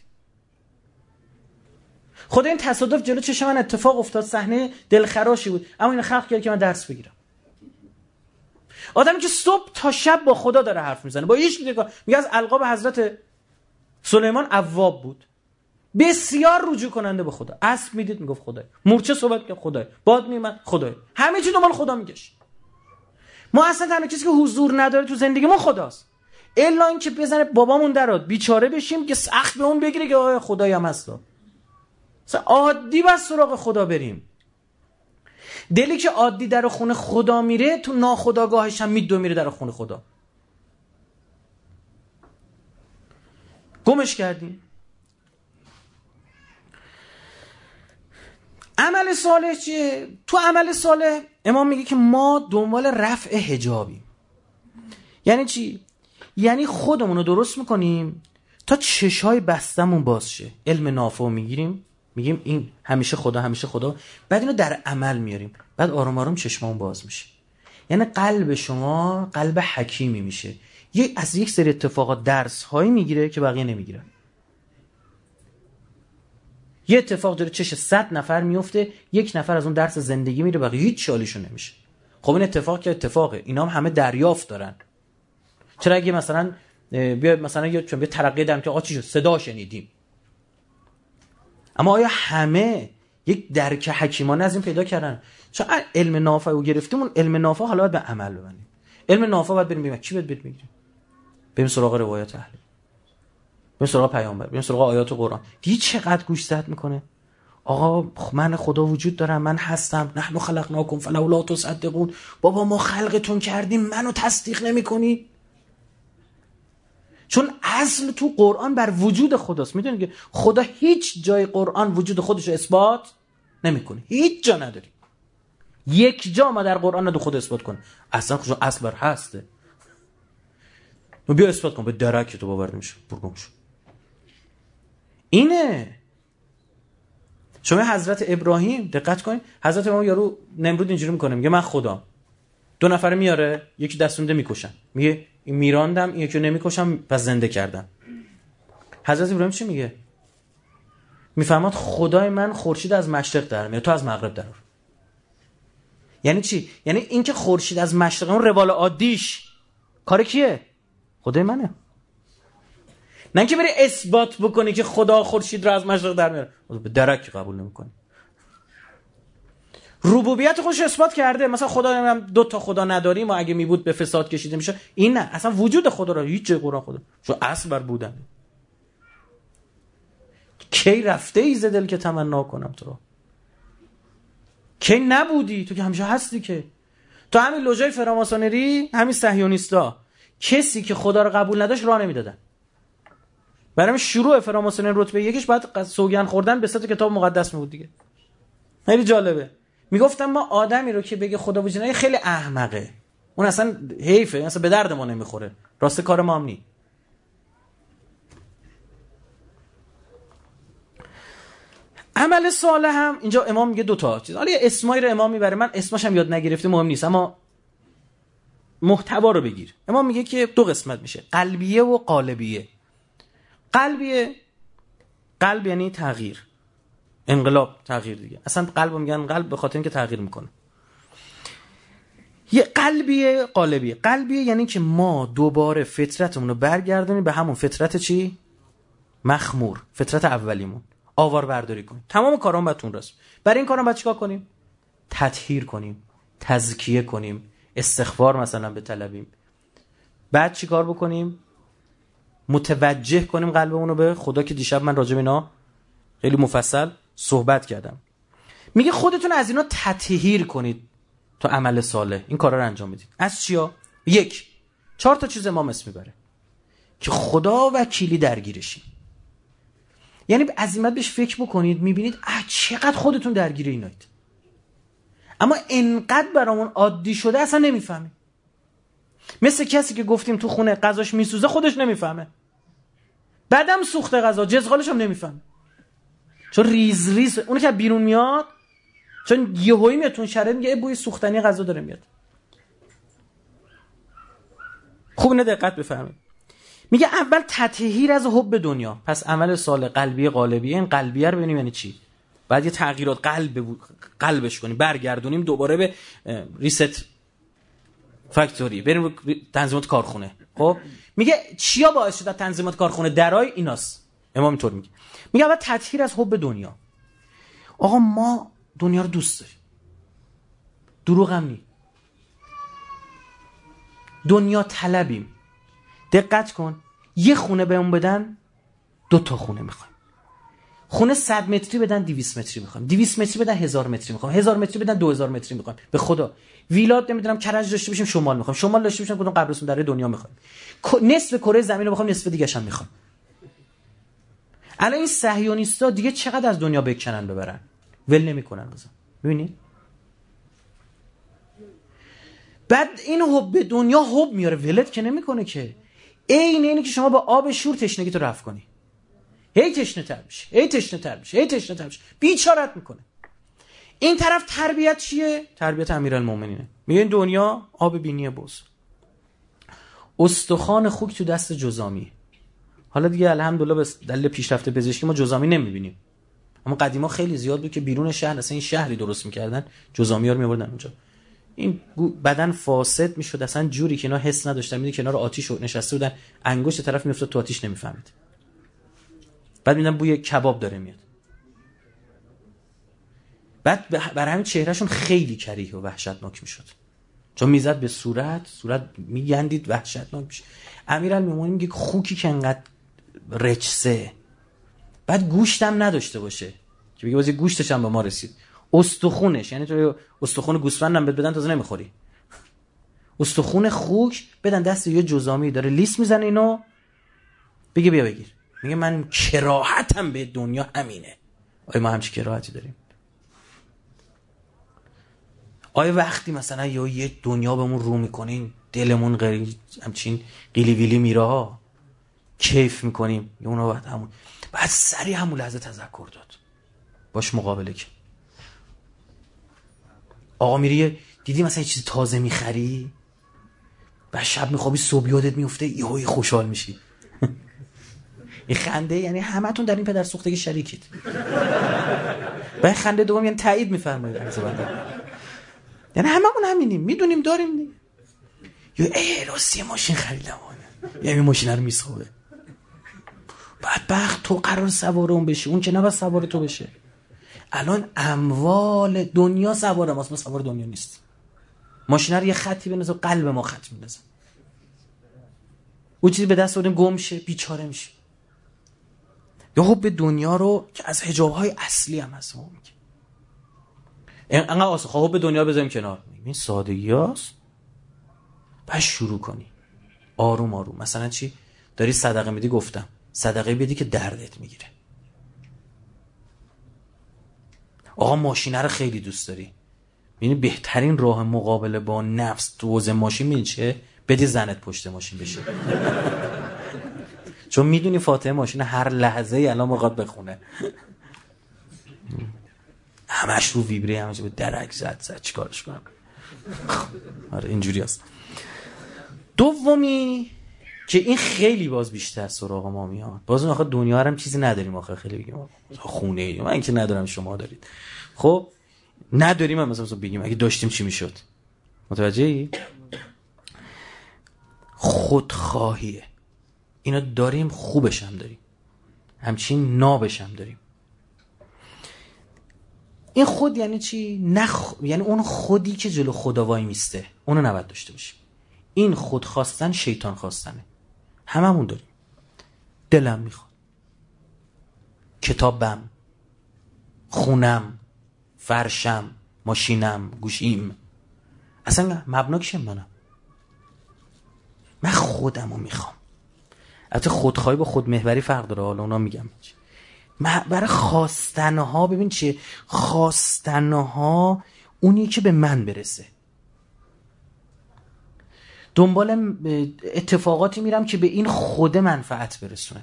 خدا این تصادف جلو چشم من اتفاق افتاد، صحنه دلخراشی بود، اما این خلق کرد که من درس بگیرم. آدمی که صبح تا شب با خدا داره حرف میزنه، با هیچ میگه از القاب حضرت سلیمان اواب بود، بسیار رجوع کننده به خدا. اسب میدید میگفت خدای، مورچه صحبت کرد خدای، باد میومد خدای، همه چی دنبال خدا میگشت. ما اصلا تنها چیزی که حضور نداره تو زندگی ما خداست. الا اینکه بزنه بابامون درات بیچاره بشیم که سخت به اون بگیره که آیا خدایی هم هست. مثلا عادی بس سراغ خدا بریم. دلی که عادی در خونه خدا میره، تو ناخودآگاهش هم میره در خونه خدا. گمش کردیم. عمل صالح چیه؟ تو عمل صالح امام میگه که ما دنبال رفع حجابیم. یعنی چی؟ یعنی خودمون رو درست میکنیم تا چشای بستمون باز شه. علم نافع میگیریم، میگیم این همیشه خدا، بعد اینو در عمل میاریم، بعد آروم آروم چشممون باز میشه. یعنی قلب شما قلب حکیمی میشه، از یک سری اتفاقات درس هایی میگیره که بقیه نمیگیرن. یه اتفاق جلوی چش 100 نفر میفته، 1 نفر از اون درس زندگی میره، بقیه هیچ چالیشون نمیشه. خب این اتفاق که اتفاقه، اینا هم همه دریافت دارن. چرا اگه مثلا بیاد مثلا یه ترقی دارم که آقا چی شد صدا شنیدیم، اما آیا همه یک درک حکیمانه از این پیدا کردن؟ چون علم نافع رو گرفتیم، اون علم نافع حالا باید به عمل ببندیم. علم نافع باید بریم ببینیم چی باید بگیریم. بریم سراغ روایت اهل، بریم سراغ پیامبر، بریم سراغ آیات قرآن. دیگه چقدر گوش زد میکنه آقا من خدا وجود دارم، من هستم، نحن خلقناکم فلولا تصدقون. بابا ما خلقتون کردیم، منو تصدیق نمیکنی؟ چون اصل تو قرآن بر وجود خداست. میدونید که خدا هیچ جای قرآن وجود خودش رو اثبات نمیکنه، هیچ جا نداری. یک جا ما در قرآن ندو خود اثبات کنه. اصلا اصل بر هسته. بیا اثبات کن. به درک تو باور نمیشه، برگم شو. اینه. شما حضرت ابراهیم دقت کنید، حضرت ابراهیم یارو نمرود اینجوری میکنه، میگه من خدام. 2 نفر میاره، یکی دست میده میکشن، میگه این میراندم، این یکی نمیکشم پس زنده کردم. حضرت ابراهیم چی میگه؟ میفهمد خدای من خورشید از مشرق در میاد، تو از مغرب در. یعنی چی؟ یعنی اینکه خورشید از مشرق، اون روال عادیش کار کیه؟ خدای منه. نه اینکه بری اثبات بکنی که خدا خورشید رو از مشرق در میاره، به درک قبول نمیکنی. ربوبیت خودش اثبات کرده، مثلا خدا نمیدونم 2 تا خدا نداریم و اگه میبود به فساد کشیده میشه. این نه، اصلا وجود خدا رو هیچ جای قرآن خدا چون اصل بر بودن. کی رفته ای ز دل که تمنا کنم تو رو؟ کی نبودی تو که همیشه هستی. که تو همین لوژای فراماسونری، همین صهیونیستا، کسی که خدا رو قبول نداشت راه نمیدادن. برای شروع فراماسونری رتبه 1 باید سوگند خوردن به 3 تا کتاب مقدس می بود دیگه. خیلی جالبه. میگفتم ما آدمی رو که بگه خدا وجود نداره خیلی احمقه، اون اصلا حیفه، اصلا به درد ما نمیخوره، راسته کار ما هم نی. عمل صالح هم اینجا امام میگه 2 تا چیز. حالا یه اسمایی رو امام میبره، من اسمش هم یاد نگرفته، مهم نیست، اما محتوا رو بگیر. امام میگه که 2 قسمت میشه، قلبیه و قالبیه. قلبیه، قلب یعنی تغییر، انقلاب، تغییر دیگه. اصلا قلب میگن قلب به خاطر اینکه تغییر میکنه. یه قلبیه، قالبیه. قلبیه یعنی که ما دوباره فطرتمون رو برگردونیم به همون فطرت چی؟ مخمور، فطرت اولیمون، آوار برداری کنیم. تمام کارام بهتون راست. برای این کارام باید چیکار کنیم؟ تطهیر کنیم، تزکیه کنیم، استغفار مثلا بطلبیم. بعد چیکار بکنیم؟ متوجه کنیم قلبمون رو به خدا، که دیشب من راجع به اینا خیلی مفصل صحبت کردم. میگه خودتون از اینا تطهیر کنید تو عمل صالح این کارا رو انجام بدید. از چیا؟ 1 4 تا چیز امام اسم میبره که خدا وکیلی درگیرشین. یعنی عظیمت بهش فکر بکنید، میبینید چقدر خودتون درگیر اینایید، اما انقدر برامون عادی شده اصلا نمیفهمیم. مثل کسی که گفتیم تو خونه غذاش میسوزه، خودش نمیفهمه، بعدم سوخته غذا جزغالش هم نمیفهمه، چون ریز ریز اون که بیرون میاد، چون یهویی میاد تو شرایط میگه بوی سوختنی غذا داره میاد. خوب نه دقت بفهمید. میگه اول تطهیر از حب دنیا، پس عمل صالح قلبی قالبی. این قلبیه رو ببینیم یعنی چی. بعد یه تغییرات قلبش کنیم، برگردونیم دوباره به ریست فاکتوری، بریم تنظیمات کارخونه. خب میگه چیا باعث شده تنظیمات کارخونه درای ایناست. امام اینطور میگه اول تطهیر از حب دنیا. آقا ما دنیا رو دوست داریم، دروغ هم نی، دنیا طلبیم. دقت کن، یه خونه بهمون بدن 2 تا خونه میخوایم، خونه 100 متری بدن 200 متری میخوایم، 200 متری بدن 1000 متری میخوایم، 1000 متری بدن 2000 متری میخوایم. به خدا ویلات نمیدونم کرج داشته باشیم شمال میخوایم، شمال داشته باشیم کدوم قبرستون در دنیا میخوایم، نصف کره زمین رو میخوایم، نصف دیگه هم میخوایم. الان این صهیونیستا دیگه چقدر از دنیا بکنن ببرن، ول نمیکنن بازم. ببینید بعد این حب دنیا حب میاره، ولت که نمیکنه که. اینه که شما با آب شور تشنگی تو رفع کنی، هی تشنه تر میشه، هی تشنه تر میشه، هی تشنه تر میشه، بیچارت میکنه. این طرف تربیت چیه؟ تربیت امیرالمومنینه. میگه این دنیا آب بینی بز، استخوان خوک تو دست جزامی. حالا دیگه الحمدلله به دلیل پیشرفت پزشکی ما جزامی نمیبینیم، اما قدیما خیلی زیاد بود که بیرون شهر اصلا این شهری درست میکردن، جزامی ها رو میبردن اونجا. این بدن فاسد میشد اصلا جوری که اینا حس نداشتن، میدونی کنار آتیش نشسته بودن، انگشت طرف میافتاد تو آتیش نمیفهمید، بعد میدن بوی کباب داره میاد، بعد برای همین چهرهشون خیلی کریه و وحشتناک میشد، چون میزد به صورت میگندید، وحشتناک میشه. امیرالمومنین میگه خوکی که انقدر رچسه، بعد گوشتم نداشته باشه که بگه بازی گوشتش هم به ما رسید، استخونش، یعنی تو استخون گوسفندم بدن تازه نمیخوری، استخون خوک بدن دست یه جزامی داره لیس میزنه اینو، بگه بیا بگیر. میگه من کراهتم به دنیا همینه. آیا ما همچی کراهتی داریم؟ آیا وقتی مثلا یه دنیا بهمون رو میکنین دلمون همچین قیلی ویلی میره ها، کیف میکنیم، اونا بعد سریع همون لحظه تذکر داد، باش مقابله کن. آقا میری دیدی مثلا یه چیز تازه میخری، بعد شب میخوابی صبح یادت میفته، یهویی خوشحال میشی. این خنده یعنی همتون در این پدر سوختگی شریکید. بعد خنده دوم یعنی تایید میفرمایید عرض بنده، یعنی هممون همینیم، میدونیم داریم دیگه. یا راستی ماشین خریدم، یعنی ماشین رو میسابه، بعد بخت تو قرار سوار اون بشی، اون که نباید سوار تو بشه. الان اموال دنیا سوار ماست، ما سوار دنیا نیستیم. ماشین رو یه خطی بنازه، قلب ما خط میندازه، اون چیزی به دست آوردیم گم شه، بیچاره میشه. یا حب دنیا رو که از حجاب‌های اصلی هم هست، ما میگه انقدر آسان حب دنیا رو بذاریم کنار، این سادگی هست. بعد شروع کنی آروم آروم. مثلا چی داری صدقه میدی؟ گفتم صدقه بدی که دردت میگیره. آقا ماشینه رو خیلی دوست داری، یعنی بهترین راه مقابله با نفس تو حوزه ماشین میدونی چه؟ بدی زنت پشت ماشین بشه. چون میدونی فاتحه ماشین هر لحظه الان میخواد بخونه، همش رو ویبره، همش به درک زد چیکارش کنم. آره اینجوری است. دومی که این خیلی باز بیشتر سراغ ما میاد، باز اون آخه دنیا هم چیزی نداریم، آخه خیلی بگیم خونه ای من که ندارم شما دارید، خب نداریم هم مثلا بگیم اگه داشتیم چی میشد. متوجهی؟ خودخواهیه. اینا داریم، خوبش هم داریم، همچین نابش هم داریم. این خود یعنی چی؟ یعنی اون خودی که جلو خدا وای میسته، اونو نباید داشته باشیم. این خود خواستن شیطان خواستنه، هممون داریم. دلم میخواد، کتابم، خونم، فرشم، ماشینم، گوشیم، اصلا مبنا کشم من خودمو میخوام. البته خودخواهی با خودمحوری فرق داره، حالا اونا میگم. برای خواستنها ببین چیه؟ خواستنها اونی که به من برسه. دنبال اتفاقاتی میرم که به این خود منفعت برسونه،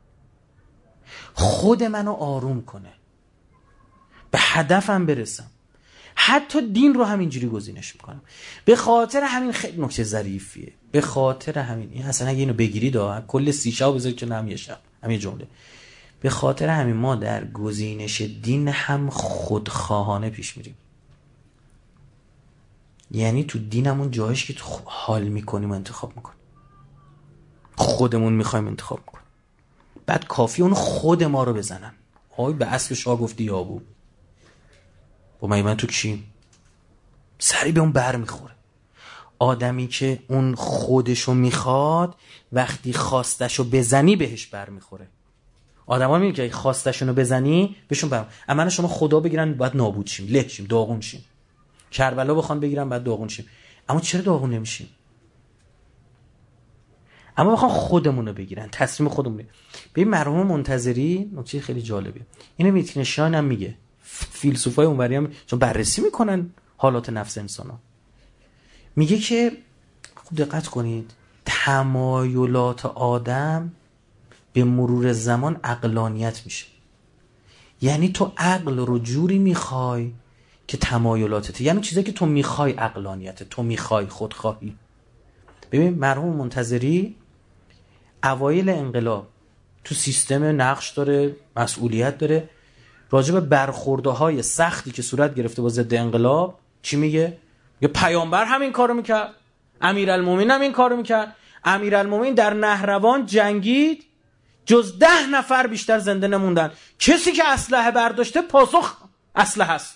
خود منو آروم کنه، به هدفم برسم. حتی دین رو همینجوری گزینش میکنم. به خاطر همین خیلی نکته ظریفیه، به خاطر همین این اصلا اگه اینو بگیرید کل 30 شب بذارید که هم یه شب همین جمله. به خاطر همین ما در گزینش دین هم خودخواهانه پیش میریم. یعنی تو دینمون جایش که تو حال میکنیم انتخاب میکنیم، خودمون میخوایم انتخاب میکنیم. بعد کافی اون خود ما رو بزنن. آی به اصل شاه گفتی یابو با من تو کشیم، سری به اون بر میخوره. آدمی که اون خودشو میخواد وقتی خواستشو بزنی بهش بر میخوره. آدما میگن که خواستشونو بزنی بهشون بر. اما شما خدا بگیرن بعد نابود شیم، له شیم، داغون شیم. کربلا بخوان بگیرن بعد داغون شیم. اما چرا داغون نمیشیم؟ اما بخوان خودمونو بگیرن، تسلیم خودمونه. ببین مرحوم منتظری نکته خیلی جالبیه. اینو ویتکنشتاین هم میگه، فیلسوفای اونوری هم چون بررسی میکنن حالات نفس انسانا، میگه که خوب دقت کنید تمایلات آدم به مرور زمان عقلانیت میشه. یعنی تو عقل رو جوری میخوای که تمایلاتت، یعنی چیزایی که تو میخوای عقلانیت، تو میخوای خودخواهی. ببین مرحوم منتظری اوایل انقلاب تو سیستم نقش داره، مسئولیت داره، راجع به برخوردهای سختی که صورت گرفته با ضد انقلاب چی میگه؟ میگه پیامبر همین کارو میکرد، امیرالمومنین هم این کارو میکرد. امیرالمومنین در نهروان جنگید، جز 10 نفر بیشتر زنده نموندن. کسی که اسلحه برداشته پاسخ اسلحه است.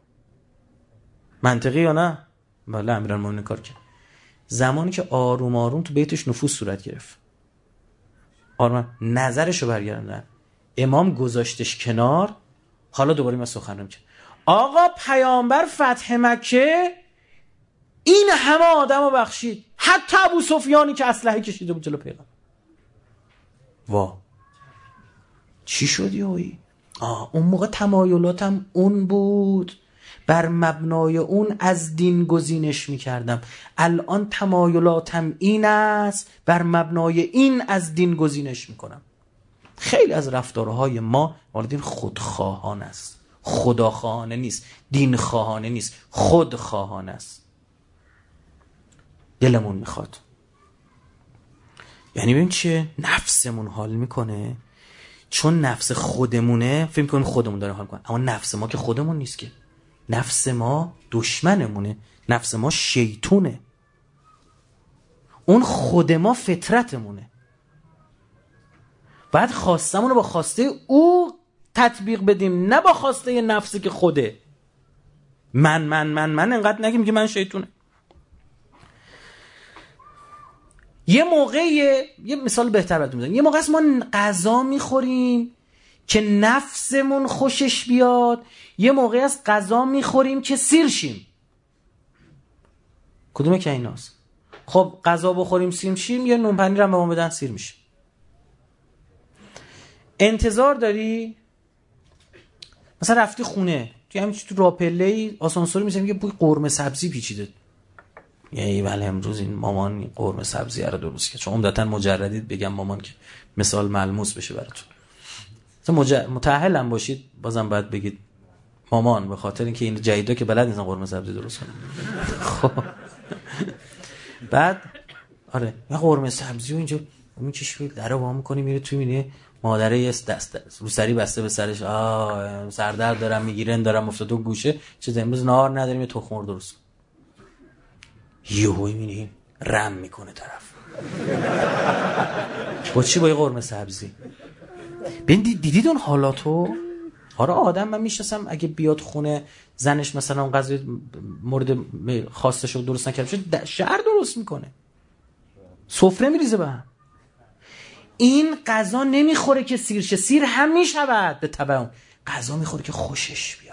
منطقی یا نه؟ بله امیرالمومنین کار کرد. زمانی که آروم آروم تو بیتش نفوذ صورت گرفت، آروم نظرشو برگردوندن، امام گذاشتش کنار. حالا دوباره ما سخنرانی می‌کنیم. آقا پیامبر فتح مکه این همه آدمو بخشید، حتی ابو سفیانی که اسلحه کشیده بود جلو پیغمبر. وا چی شد یوی؟ اون موقع تمایلاتم اون بود، بر مبنای اون از دین گزینش میکردم. الان تمایلاتم این است، بر مبنای این از دین گزینش میکنم. خیلی از رفتارهای ما والدین خودخواهانه است، خداخواهانه نیست، دین خواهانه نیست، خودخواهانه است. دلمون میخواد، یعنی ببین چیه؟ نفسمون حال میکنه، چون نفس خودمونه فکر می‌کنیم خودمون داره حال کنه، اما نفس ما که خودمون نیست که. نفس ما دشمنمونه، نفس ما شیطونه، اون خود ما فطرتمونه. باید خواستمون رو با خواسته او تطبیق بدیم، نه با خواسته نفسی که خوده. من انقدر نگیم که من شیطونه. یه مثال بهتر براتون میزنم. یه موقع است ما غذا میخوریم که نفسمون خوشش بیاد، یه موقع است غذا میخوریم که سیر شیم. کدومه که ایناست؟ خب غذا بخوریم سیر شیم، یه نون پنیر هم به ما بدن سیر میشیم. انتظار داری مثلا رفتی خونه تو همین تو راپله‌ای آسانسور میشه میگه بوی قرمه سبزی پیچیده، یعنی ولی امروز این مامان قرمه سبزی رو درست کرد. چون عمدتاً مجردید بگم مامان که مثال ملموس بشه براتون. متأهل هم باشید بازم باید بگید مامان، به خاطر اینکه این جدیدا که بلد نیستن قرمه سبزی درست کنن. خب بعد آره یه قرمه سبزی و اینجا میکشه درو وا می‌کنی میره تو میبینی مادره یه دست رو سری بسته به سرش، سردرد دارم میگیرن دارم افتاده و گوشه چه امروز نهار نداریم، یه تخم مرغ درست. یهو میبینی رم میکنه طرف با چی؟ با یه قرمه سبزی. ببین دیدید اون حالاتو؟ آره آدم من میشناسم اگه بیاد خونه زنش مثلا اون غذای مورد خواستش رو درست نکرده شعر درست میکنه، سفره میریزه به هم. این غذا نمیخوره که سیر شه، سیر هم میشود به تبع اون. غذا میخوره که خوشش بیاد.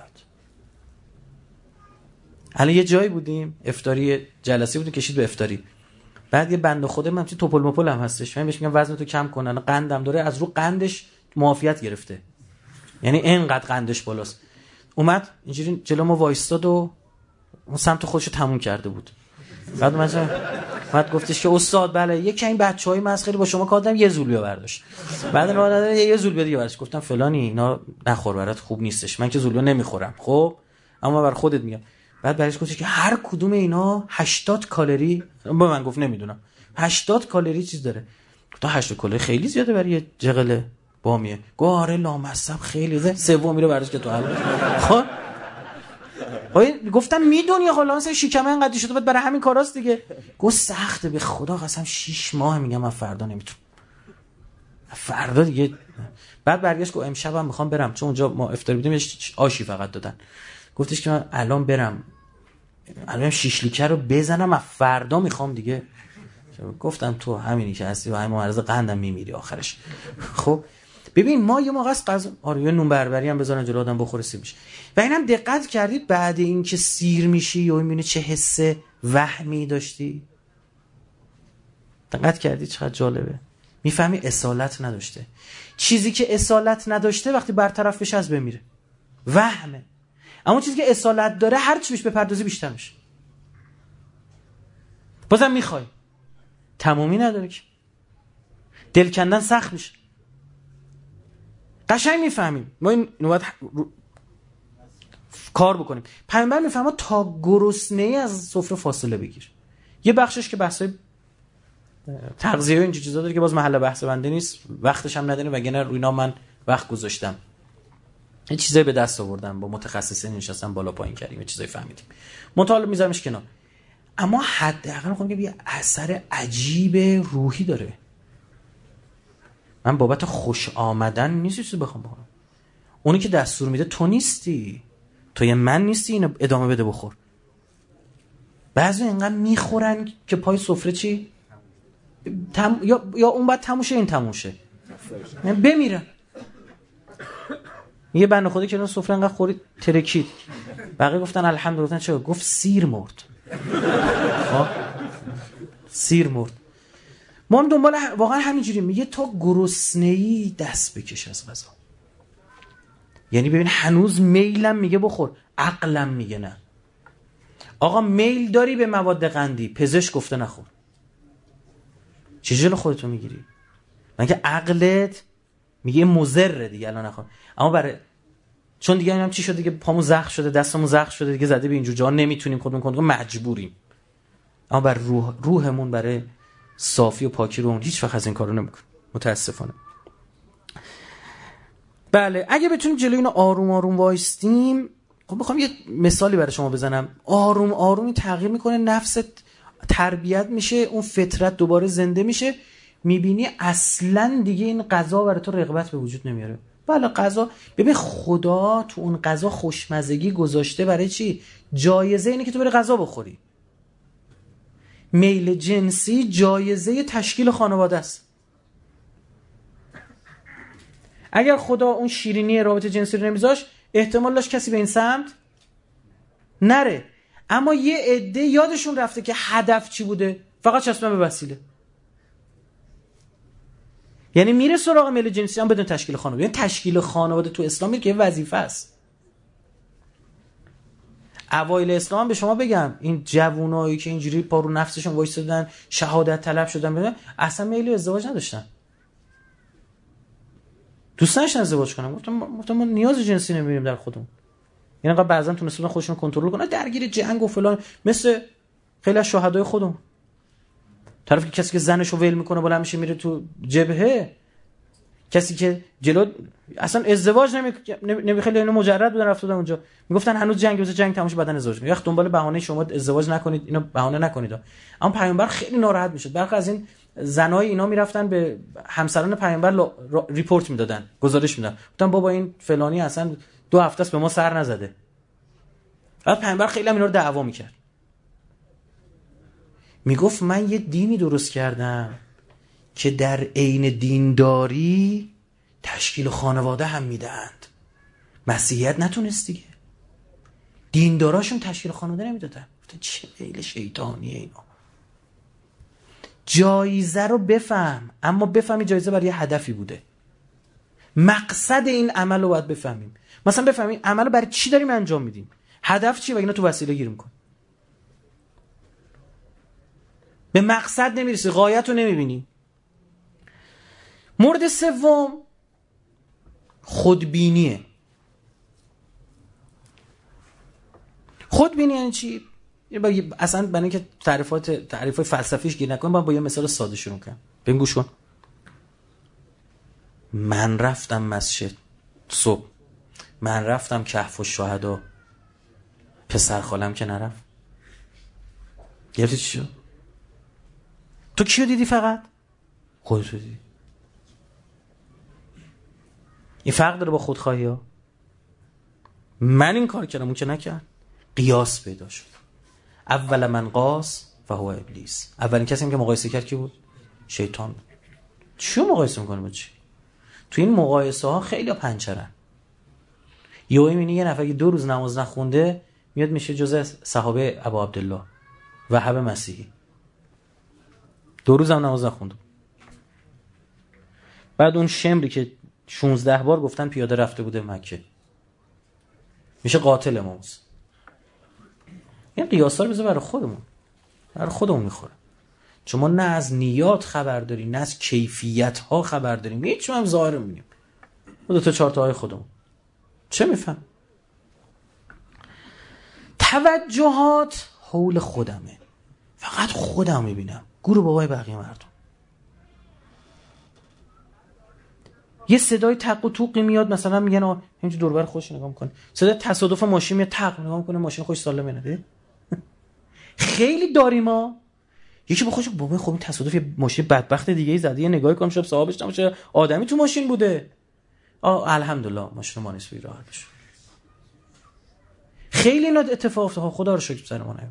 الان یه جایی بودیم افطاری، جلسه بودیم کشید به افطاری، بعد یه بنده خدا من چی توپل مپل هم هستش، من بهش میگم وزنتو کم کن، الان قندم داره، از رو قندش معافیت گرفته، یعنی اینقدر قندش بالاست. اومد اینجوری جلو ما وایستاد و اون سمت خودشو تموم کرده بود. بعد گفتش که استاد بله یکی این بچهای مسخره با شما کار دارم، یه زول بیا برداشت. بعد من یه زول بیا دیگه برداشت. گفتم فلانی اینا نخور برات خوب نیستش، من که زول نمیخورم خب اما بر خودت میگم. بعد برایش گفتش که هر کدوم اینا 80 کالری، با من گفت نمیدونم 80 کالری چیز داره. گفتم 80 کالری خیلی زیاده برای یه جغل بامیه. گاره لامصب خیلی زیاده. سوم میره برداشت که تو حال خب گفتم میدونی حالا مثلا شکمه انقدر شده برای همین کاراست دیگه. گفت سخته به خدا قسم 6 ماه میگم من فردا نمیتونم، فردا دیگه. بعد برگشت گفت امشبم میخوام برم، چون اونجا ما افطاری بودیم آشی فقط دادن. گفتش که من الان برم 6 لیتر رو بزنم از فردا میخوام دیگه. گفتم تو همینی که هستی و همین مرض قندم میمیری آخرش. خب ببین ما یه موقع است غذا یه نون بربری هم بذارن جلو آدم بخوره سیر میشه. و اینم دقت کردید بعد این که سیر میشی یا میبینی چه حس وهمی داشتی؟ دقت کردید چقدر جالبه؟ میفهمی اصالت نداشته. چیزی که اصالت نداشته وقتی برطرف بشه از بمیره، وهمه. اما چیزی که اصالت داره هر چی بهش بپردازی بیشتر میشه. بازم میخوای، تمومی نداره که، دل کندن سخت میشه. قشنگ میفهمیم ما این باید کار بکنیم. پیامبر میفهمه تا گرسنه‌ای از سفره فاصله بگیر. یه بخشش که بحثای تغذیه و این چیزا داره که باز محل بحث بنده نیست، وقتش هم نداریم وگرنه روی اینا من وقت گذاشتم. این چیزایی به دست آوردم، با متخصصین نشستم بالا پایین کردیم، یه چیزایی فهمیدیم. مطالعه میذارمش کنار. اما حداقل میخوام بگم یه اثر عجیب روحی داره. من بابت خوش آمدن نیست چیزی بخوام بخورم. اونی که دستور میده تو نیستی، تو یه من نیستی اینو ادامه بده بخور. بعضی اینقدر میخورن که پای سفره چی؟ یا اون بعد تموشه این تموشه بمیرن. یه بنده خودی که اون سفره انقدر خورید ترکید، بقیه گفتن الحمدلله. چرا؟ گفت سیر مرد. سیر مرد. ما هم دنبال واقعا همینجوری میگه تا گرسنه‌ای دست بکش از غذا. یعنی ببین هنوز میلم میگه بخور، عقلم میگه نه. آقا میل داری به مواد قندی، پزشک گفته نخور، چه جلو خودتو میگیری؟ مگه عقلت میگه مضره دیگه الان نخور. اما برای چون دیگه اینم چی شده دیگه، پامون زخم شده، دستمون زخم شده دیگه، زده به اینجور جا نمیتونیم خودمون کنترل، مجبوریم. اما بر روحمون برای صافی و پاکی روحمون هیچ وقت از این کارو نمیکنه متاسفانه. بله اگه بتونیم جلوی اینو آروم آروم وایستیم. خب میخوام یه مثالی برای شما بزنم. آروم آروم تغییر میکنه، نفست تربیت میشه، اون فطرت دوباره زنده میشه، میبینی اصلا دیگه این غذا برای تو رغبت به وجود نمیاره. بله غذا، ببین خدا تو اون غذا خوشمزگی گذاشته برای چی؟ جایزه اینه که تو بری غذا بخوری. میل جنسی جایزه تشکیل خانواده است. اگر خدا اون شیرینی رابطه جنسی رو نمیذاش، احتمال داشت کسی به این سمت نره. اما یه عده یادشون رفته که هدف چی بوده، فقط چسبن به وسیله. یعنی میره سراغ میل جنسی هم بدون تشکیل خانواده. یعنی تشکیل خانواده تو اسلام میگه که وظیفه است. اوایل اسلام به شما بگم این جوونایی که اینجوری پا رو نفسشون وایسادن، شهادت طلب شدن، اصلا میل ازدواج نداشتن، دوست داشتن ازدواج کنن. گفتم ما نیاز جنسی نمیبینیم در خودمون. یعنی انقدر بعضن تونستن خودشون کنترل کنن، درگیر جنگ و فلان، مثل خیلی از شهدای خودمون. طرف که کسی که زنشو ول میکنه بلند میشه میره تو جبهه، کسی که جلو اصلا ازدواج نمی خیلی اینو مجرد بودن رفته بودن اونجا، میگفتن هنوز جنگ بشه، جنگ تموم شه بعدن ازدواج کنید. وقت دنبال بهانه شما ازدواج نکنید، اینو بهانه نکنید. اما پیامبر خیلی ناراحت میشد. برخی از این زنای اینا میرفتن به همسران پیامبر ریپورت میدادن، گزارش میدادن، گفتن بابا این فلانی اصلا 2 هفته است به ما سر نزده. بعد پیامبر خیلی اینا رو دعوا میکرد، میگفت من یه دینی درست کردم که در عین دینداری تشکیل خانواده هم میدهند. مسیحیت نتونست دیگه، دینداراشون تشکیل خانواده نمیدادن. گفتن چه میل شیطانیه اینا. جایزه رو بفهم، اما بفهمی جایزه برای یه هدفی بوده. مقصد این عمل رو باید بفهمیم. مثلا بفهمیم عمل رو برای چی داریم انجام میدیم، هدف چیه و اینا تو وسیله گیر میکنیم. به مقصد نمیرسی، غایت رو نمیبینی. مورد سوم خودبینیه. خودبینی یعنی چی؟ اصلا برای اینکه تعریفای فلسفیش گیر نکنیم با یه مثال ساده شروع کنم. ببین گوش کن. من رفتم مسجد صبح، من رفتم کهف الشهدا، پسر خالم که نرفت. گرفتی چی شد؟ تو کیو دیدی؟ فقط خودتو دیدی. این فرق داره با خودخواهی ها. من این کار کردم اون که نکرد. قیاس پیدا شد. اول من قاس و هو ابلیس. اولین کسی که مقایسه کرد کی بود؟ شیطان بود. چیو مقایسه میکنه با چی؟ تو این مقایسه ها خیلی پنچرن. یهو میبینی یه نفر که 2 روز نماز نخونده میاد میشه جزء صحابه ابو عبدالله وهب مسیحی. 2 روز هم نماز نخونده. بعد اون شمری که 16 بار گفتن پیاده رفته بوده مکه میشه قاتل اماموس. این قیاسا رو بذار برای خودمون میخوره. چون ما نه از نیات خبر داریم نه از کیفیت ها خبر داریم، هیچ هم ظاهر میبینیم. ما 2 تا 4 تاهای خودمون چه میفهم؟ توجهات حول خودمه، فقط خودم میبینم، گور و بابای بقیه مردم. یه صدای تق و توقی میاد، مثلا میگن اینجا دور و بر خودش نگاه میکنه، صدای تصادف ماشین میاد، تق نگاه میکنه، ماشین خوش سالمه. نه خیلی داریم ما. یکی با خودش بابا خب این تصادف یه ماشین بدبخت دیگه ای زده، یه نگاهی کنم شب صاحبش نباشه، آدمی تو ماشین بوده. الحمدلله ماشین ما نیست، راحت بشه. خیلی اینا اتفاق افتاد، خدا رو شکر سر ما نیومد.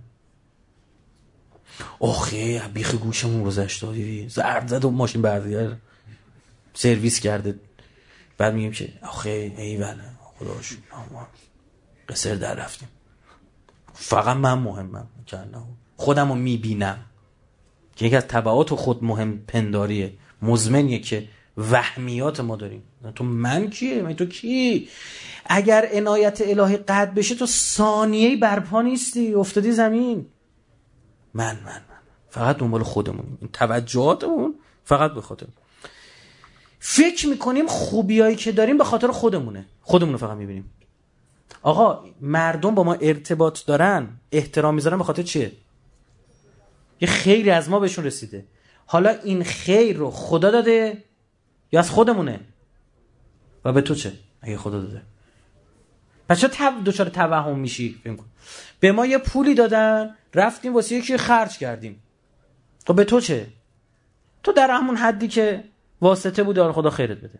آخه بیخ گوشمون گذشت، دیدی زرد زد و ماشین بردار سرویس کرده. بعد میگیم که آخه ایول خدا رو شکر ما قصر در رفتیم. فقط من مهمم که خودم رو میبینم که یکی از تبعات خود مهم پنداریه مزمنیه که وهمیات ما داریم. تو من کیه؟ من تو کی؟ اگر عنایت الهی قطع بشه تو ثانیه‌ای برپا نیستی، افتادی زمین. من فقط دنبال خودمون، این توجهاتمون فقط به خودمون. فکر میکنیم خوبیایی که داریم به خاطر خودمونو فقط میبینیم. آقا مردم با ما ارتباط دارن، احترام میذارن به خاطر چیه؟ یه خیری از ما بهشون رسیده. حالا این خیر رو خدا داده یا از خودمونه؟ و به تو چه اگه خدا داده؟ پس چرا دچار توهم میشی؟ فکر کن به ما یه پولی دادن، رفتیم واسه یکی خرج کردیم، تو به تو چه؟ تو در همون حدی که واسطه بود، خدا خیرت بده.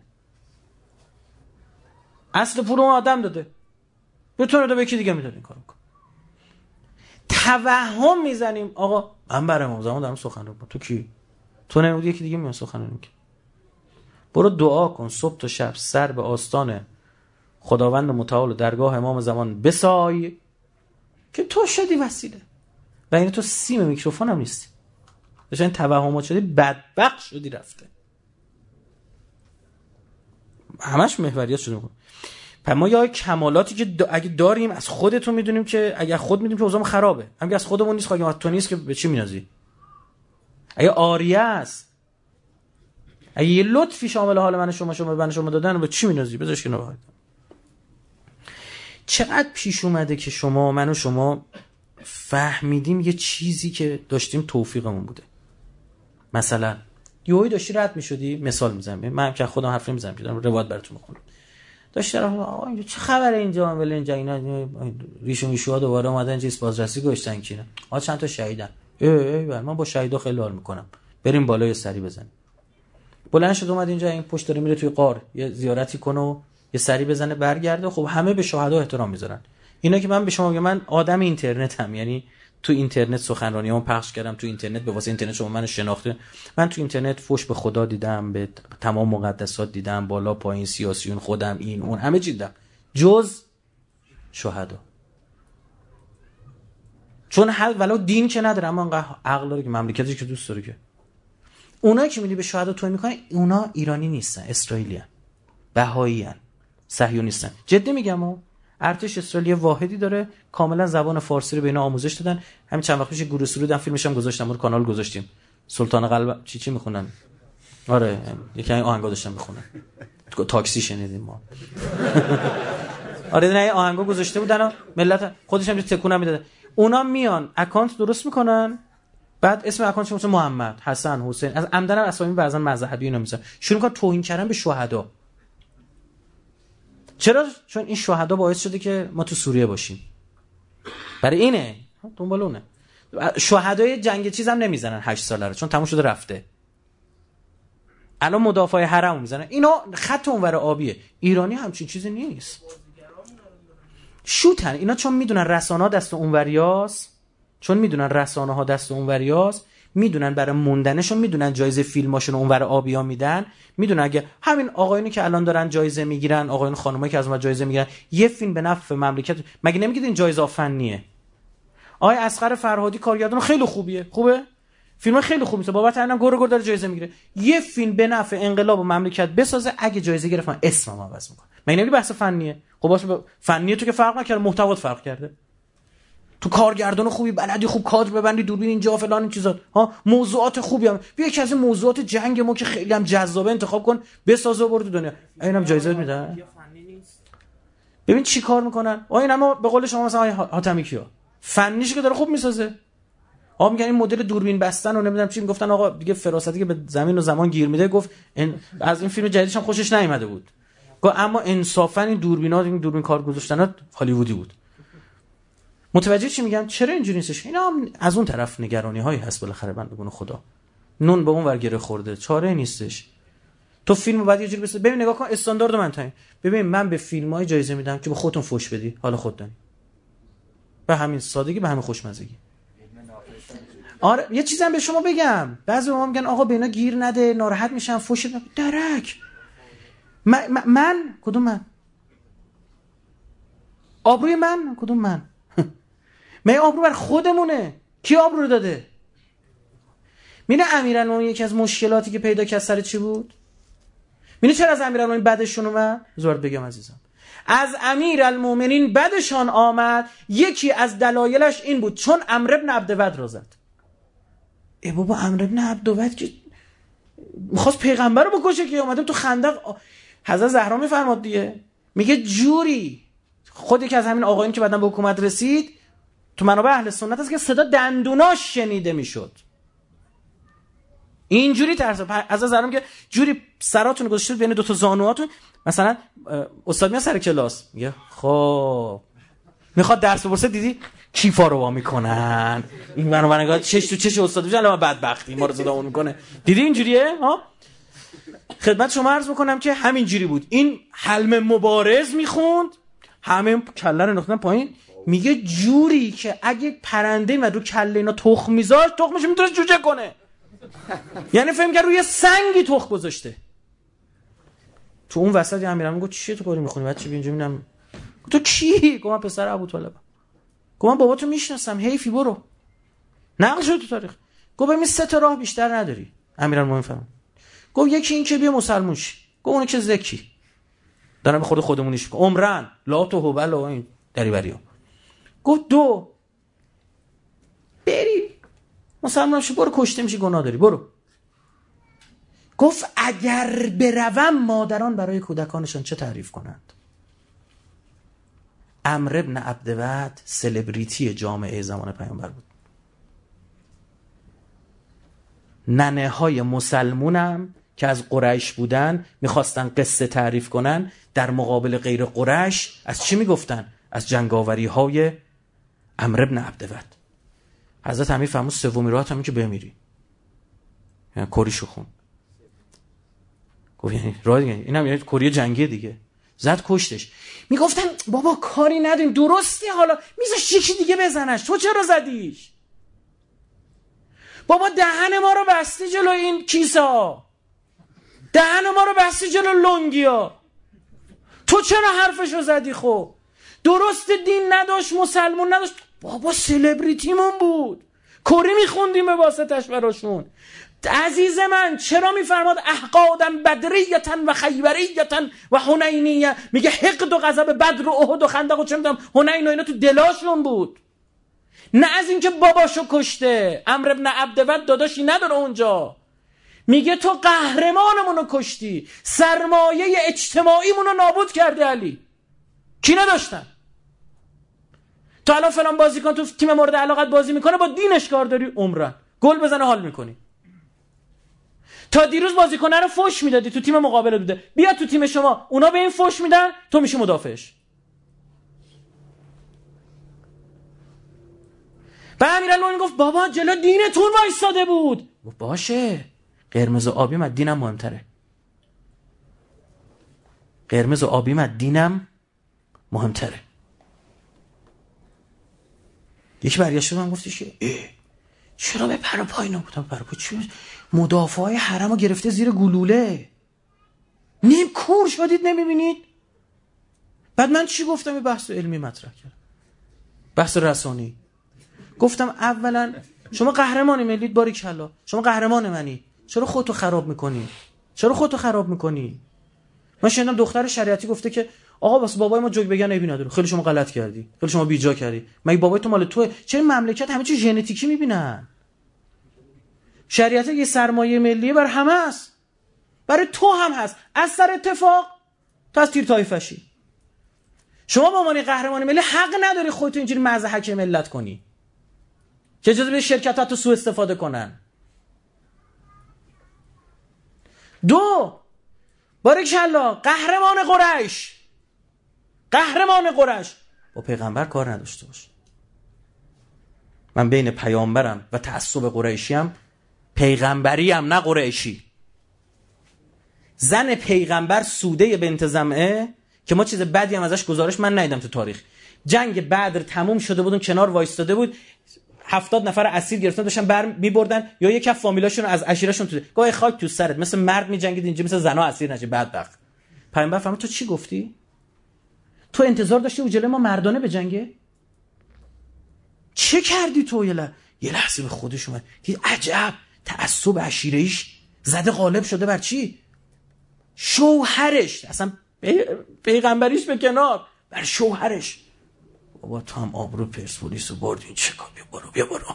اصل پول اون آدم داده، به تو نده، به یکی دیگه میداد این کارو کن. توهم میزنیم. آقا من برای امام زمان دارم سخن رو با تو کی؟ تو نمیدونی یکی دیگه میاد سخن رو میگه. برو دعا کن صبح تا شب، سر به آستان خداوند متعال درگاه امام زمان بسای که تو شدی وسیله و این تو سیم میکروفون هم نیستی. داشت این توهمات شدی، بدبخت شدی، رفته همش محوریت شده. پس ما یا کمالاتی که اگه داریم از خودتون میدونیم که اگه خود میدونیم که اوضاع خرابه، اگه از خودمون نیست، اگه تو نیست که به چی می‌نازی؟ اگه آریه است، اگه یه لطفی شامل حال من شما دادن، به چی می‌نازی؟ بذارش که نباید. چقدر پیش اومده که من و شما فهمیدیم یه چیزی که داشتیم توفیقمون بوده. مثلا یهویی داشتی رد می‌شدی، مثال میزنم، من که خودم حرف نمیزنم که دارم روایت براتون میخونم. داشت آقا اینجا چه خبره اینجا؟ ولی اینجا اینا ریشون ایشوها دوباره اومدن اینجا بازرسی گشتن کینا. آ چند تا شهیدن. ای من با شهیدا خیلی حال میکنم. بریم بالای سری بزنیم. بلند شد اومد اینجا، این پشت داره میره توی غار، یه زیارتی کنه و یه سری بزنه برگرده. خب همه به شهدا احترام میذارن. اینا که من به شما میگم، من آدم اینترنتم، یعنی تو اینترنت سخنرانیامو پخش کردم، تو اینترنت به واسه اینترنت شما منو شناخته. من تو اینترنت فوش به خدا دیدم، به تمام مقدسات دیدم، بالا پایین، سیاسیون، خودم، این اون، همه چی دیدم جز شهدا. چون ولو دین که نداره، اما انقدر عقل داره که مملکتی که دوست داره. که اونایی که میلی به شهدا توهین میکنن، اونا ایرانی نیستن، اسرائیلی ان، بهایی ان، صهیونیستن. جدی میگم. ارتش اسرائیلی واحدی داره، کاملا زبان فارسی رو به اینا آموزش دادن. همین چند وقت پیش گروه سرودم فیلمش هم گذاشتم، رو کانال گذاشتیم. سلطان قلب چی میخونن؟ آره یکی این آهنگا داشتم میخونن، تاکسی شنیدیم ما. آره نه آهنگا گذاشته بودن و ملت خودش هم تکون میدادن. اونا میان اکانت درست میکنن، بعد اسم اکانتش مثلا محمد، حسن، حسین، از عمدن اسامی بعضن مذهبی اینا میذارن، شروع میکنن توهین کردن به شهدا. چرا؟ چون این شهدا باعث شده که ما تو سوریه باشیم. برای اینه دنبالونه. شهدای جنگ چیز هم نمیزنن 8 ساله رو، چون تموم شده رفته. الان مدافع حرم میزنن. اینا خط اونور آبیه. ایرانی همچین چیزی نیست. شوتن اینا، چون میدونن رسانه‌ها دست اونوریاست، میدونن برای موندنشون، میدونن جایزه فیلماشون اونور آبیا میدن، میدونن اگه همین آقایونی که الان دارن جایزه میگیرن، آقایون خانمایی که از اون جایزه میگیرن، یه فیلم به نفع مملکت، مگه نمیگید این جایزه فنیه؟ آقای اصغر فرهادی کارگردان خیلی خوبه، فیلم خیلی خوبه، بابت همینم گور داره جایزه میگیره. یه فیلم به نفع انقلاب و مملکت بسازه، اگه جایزه گرفت من اسمم عوض میکنم. مگه نمیگی بحث فنیه؟ خب باشه فنیه، تو که فرق نکرده، محتوات فرق کرده. تو کارگردان خوبی بلدی، خوب کادر ببندی، دوربین اینجا فلان این چیزا، موضوعات خوبی هم بیا یکی از این موضوعات جنگ ما که خیلی هم جذابه انتخاب کن، بساز و برو تو دنیا. اینم جایزه میدن. ببین چی کار میکنن. اینا به قول شما مثلا حاتمی کیا فنیش که داره خوب میسازه. میگن این مدل دوربین بستن و نمیدونم چی، میگفتن آقا دیگه فراستی که به زمین و زمان گیر میده، گفت از این فیلم جدیدش هم خوشش نیومده بود. اما انصافا این دوربین کار گذاشتنات هالیوودی بود. متوجه چی میگم؟ چرا اینجوری نیستش؟ اینا هم از اون طرف نگرانی هایی هست بالاخره. بندگان خدا نون به اون ور گره خورده، چاره نیستش. تو فیلمو بعد یه جوری بس ببین، نگاه کن استاندارد من تعیین. ببین من به فیلمای جایزه میدم که به خودتون فوش بدی، حالا خود دانی. به همین سادگی، به همین خوشمزگی. آره یه چیزی هم به شما بگم، بعضی ما میگن آقا به اینا گیر نده، ناراحت میشن، فوش بدن. درک. من کدوم من؟ آبروی من کدوم من؟ من آبرو بر خودمونه. کی آبرو داده؟ میره امیرالمومنین یکی از مشکلاتی که پیدا کرد سر چی بود؟ می‌دونی چرا از امیرالمومنین بدشون اومد؟ زورت بگم عزیزم، از امیرالمومنین بدشان آمد، یکی از دلایلش این بود چون عمرو بن عبدود را زد. ای بابا عمرو بن عبدود که می‌خواست پیغمبر رو بکشه که اومده تو خندق. حضرت زهرا میفرماد دیگه، میگه جوری خودی که از همین آقایون که بعداً به حکومت رسید تو منابع اهل سنت هست که صدا دندوناش شنیده میشد. اینجوری ترس از زهرا که جوری سراتون گذاشتید بین دو تا زانوهاتون. مثلا استاد میاد سر کلاس میگه خب میخواد درس بپرسه، دیدی کیفا رو وا میکنن این منو نگاه چش تو چش استاد میشه، الان بدبختی ما رو صدامون میکنه. دیدی اینجوریه ها؟ خدمت شما عرض میکنم که همینجوری بود. این حلم مبارز میخوند، همه کله رو انداختن پایین. میگه جوری که اگه پرنده من رو کله اینا تخم میذاشت تخمش میتونه جوجه کنه. یعنی فهم کرد روی سنگی تخم گذاشته. تو اون وسط امیرم میگه چیه تو کاری میخونی بچه؟ بیا اینجا ببینم. تو کی؟ گفتم پسر ابوطالب. گفتم باباتو میشناسم، حیفی برو. نقل شد تو تاریخ. گفت ببین 3 تا راه بیشتر نداری. امیرالمومنین فرمود. گفت یکی این که بیا مسلمون شی. گفت اون که زکی. دارم به خودمونیش میگم. عمرن، لات و هبل و این دریوریا. گفت 2 بری مسلمان شو، برو کشته میشی گناه داری، برو. گفت اگر بروم مادران برای کودکانشان چه تعریف کنند؟ عمرو بن عبدود سلبریتی جامعه زمان پیامبر بود. ننه های مسلمونم که از قریش بودن میخواستن قصه تعریف کنن در مقابل غیر قریش از چی میگفتن؟ از جنگاوری های عمرو بن عبدود. حضرت امیر فرمود سومی راهت همین که بمیری. یعنی کریشو خون. گفت یعنی راه دیگه اینم یعنی کری جنگی دیگه. زد کشتش. میگفتن بابا کاری نداریم، درستی حالا میذاش یکی دیگه بزنش، تو چرا زدیش؟ بابا دهن ما رو بستی جلو این کیسا، دهن ما رو بستی جلو لنگیا، تو چرا حرفشو زدی؟ خب درست دین نداشت، مسلمون نداشت، بابا سلبریتیمون بود، کری میخوندیم به واسطش براشون. عزیز من چرا میفرماد احقادن بدریتن و خیبریتن و حنینیه؟ میگه حقد و غضب بدر و احد و خندق و چه میدونم حنین و اینا تو دلاشون بود، نه از اینکه باباشو کشته. عمرو بن عبدود داداشی نداره اونجا. میگه تو قهرمانمونو کشتی، سرمایه اجتماعیمونو نابود کردی. علی کی نداشتن؟ تو الان فلان بازیکن تو تیم مورد علاقت بازی میکنه با دینش کار داری، عمرن گل بزنه حال میکنی. تا دیروز بازیکنه رو فوش میدادی تو تیم مقابل بوده، بیا تو تیم شما اونا به این فوش میدن، تو میشی مدافعش. و امیرالمومنین گفت بابا جلو دینتون وایساده بود. گفت باشه، قرمز و آبی من دینم مهمتره. قرمز و آبی من دینم مهمتره. یکی برگشت من گفتش که چرا به پر و پای نبودم؟ پر و پای چی؟ مدافعای حرمو گرفته زیر گلوله، نیم کور شدید نمیبینید؟ بعد من چی گفتم؟ یه بحث علمی مطرح کردم، بحث رسانی. گفتم اولا شما قهرمان ملیت، باریکلا شما قهرمان منی، چرا خودتو خراب میکنی؟ چرا خودتو خراب میکنی؟ من شنیدم دختر شریعتی گفته که آقا واسه بابای ما جوک بگن عیبی نداره. خیلی شما غلط کردی، خیلی شما بیجا کردی. مگه بابای تو مال توئه؟ چرا مملکت همه چی ژنتیکی میبینن؟ شریعت یه سرمایه ملیه بر همه است، برای تو هم هست. از سر اتفاق تو از تیر طایفشی. شما به عنوان قهرمان ملی حق نداری خودت اینجوری مضحک ملت کنی که اجازه به شرکتات تو سوء استفاده کنن. 2 باریکلا قهرمان قریش، قهرمان قریش با پیغمبر کار نداشته باشه. من بین پیامبرم و تعصب قریشیم، پیغمبریم نه قریشی. زن پیغمبر سوده بنت زمعه که ما چیز بدی هم ازش گزارش من ندیدم تو تاریخ. جنگ بدر تموم شده بود، کنار وایستاده بود، 70 نفر اسیر گرفتن داشتن بر می‌بردن، یا یک کف فامیلاشون از عشیرهشون تو گاه خاک تو سرت، مثل مرد می‌جنگید اینجا، مثل زنا اسیر نشه. بدبخت. پیامبر فرمود تو چی گفتی؟ تو انتظار داشتی او جلوی ما مردانه بجنگه؟ چه کردی تو؟ یه لحظه به خودش اومد، دید عجب تعصب عشیره‌ایش زده غالب شده بر چی؟ شوهرش، اصلا پیغمبریش به کنار، بر شوهرش، بابا تو هم آبرو پرسپولیس رو بردی، این چه کار، بیا برو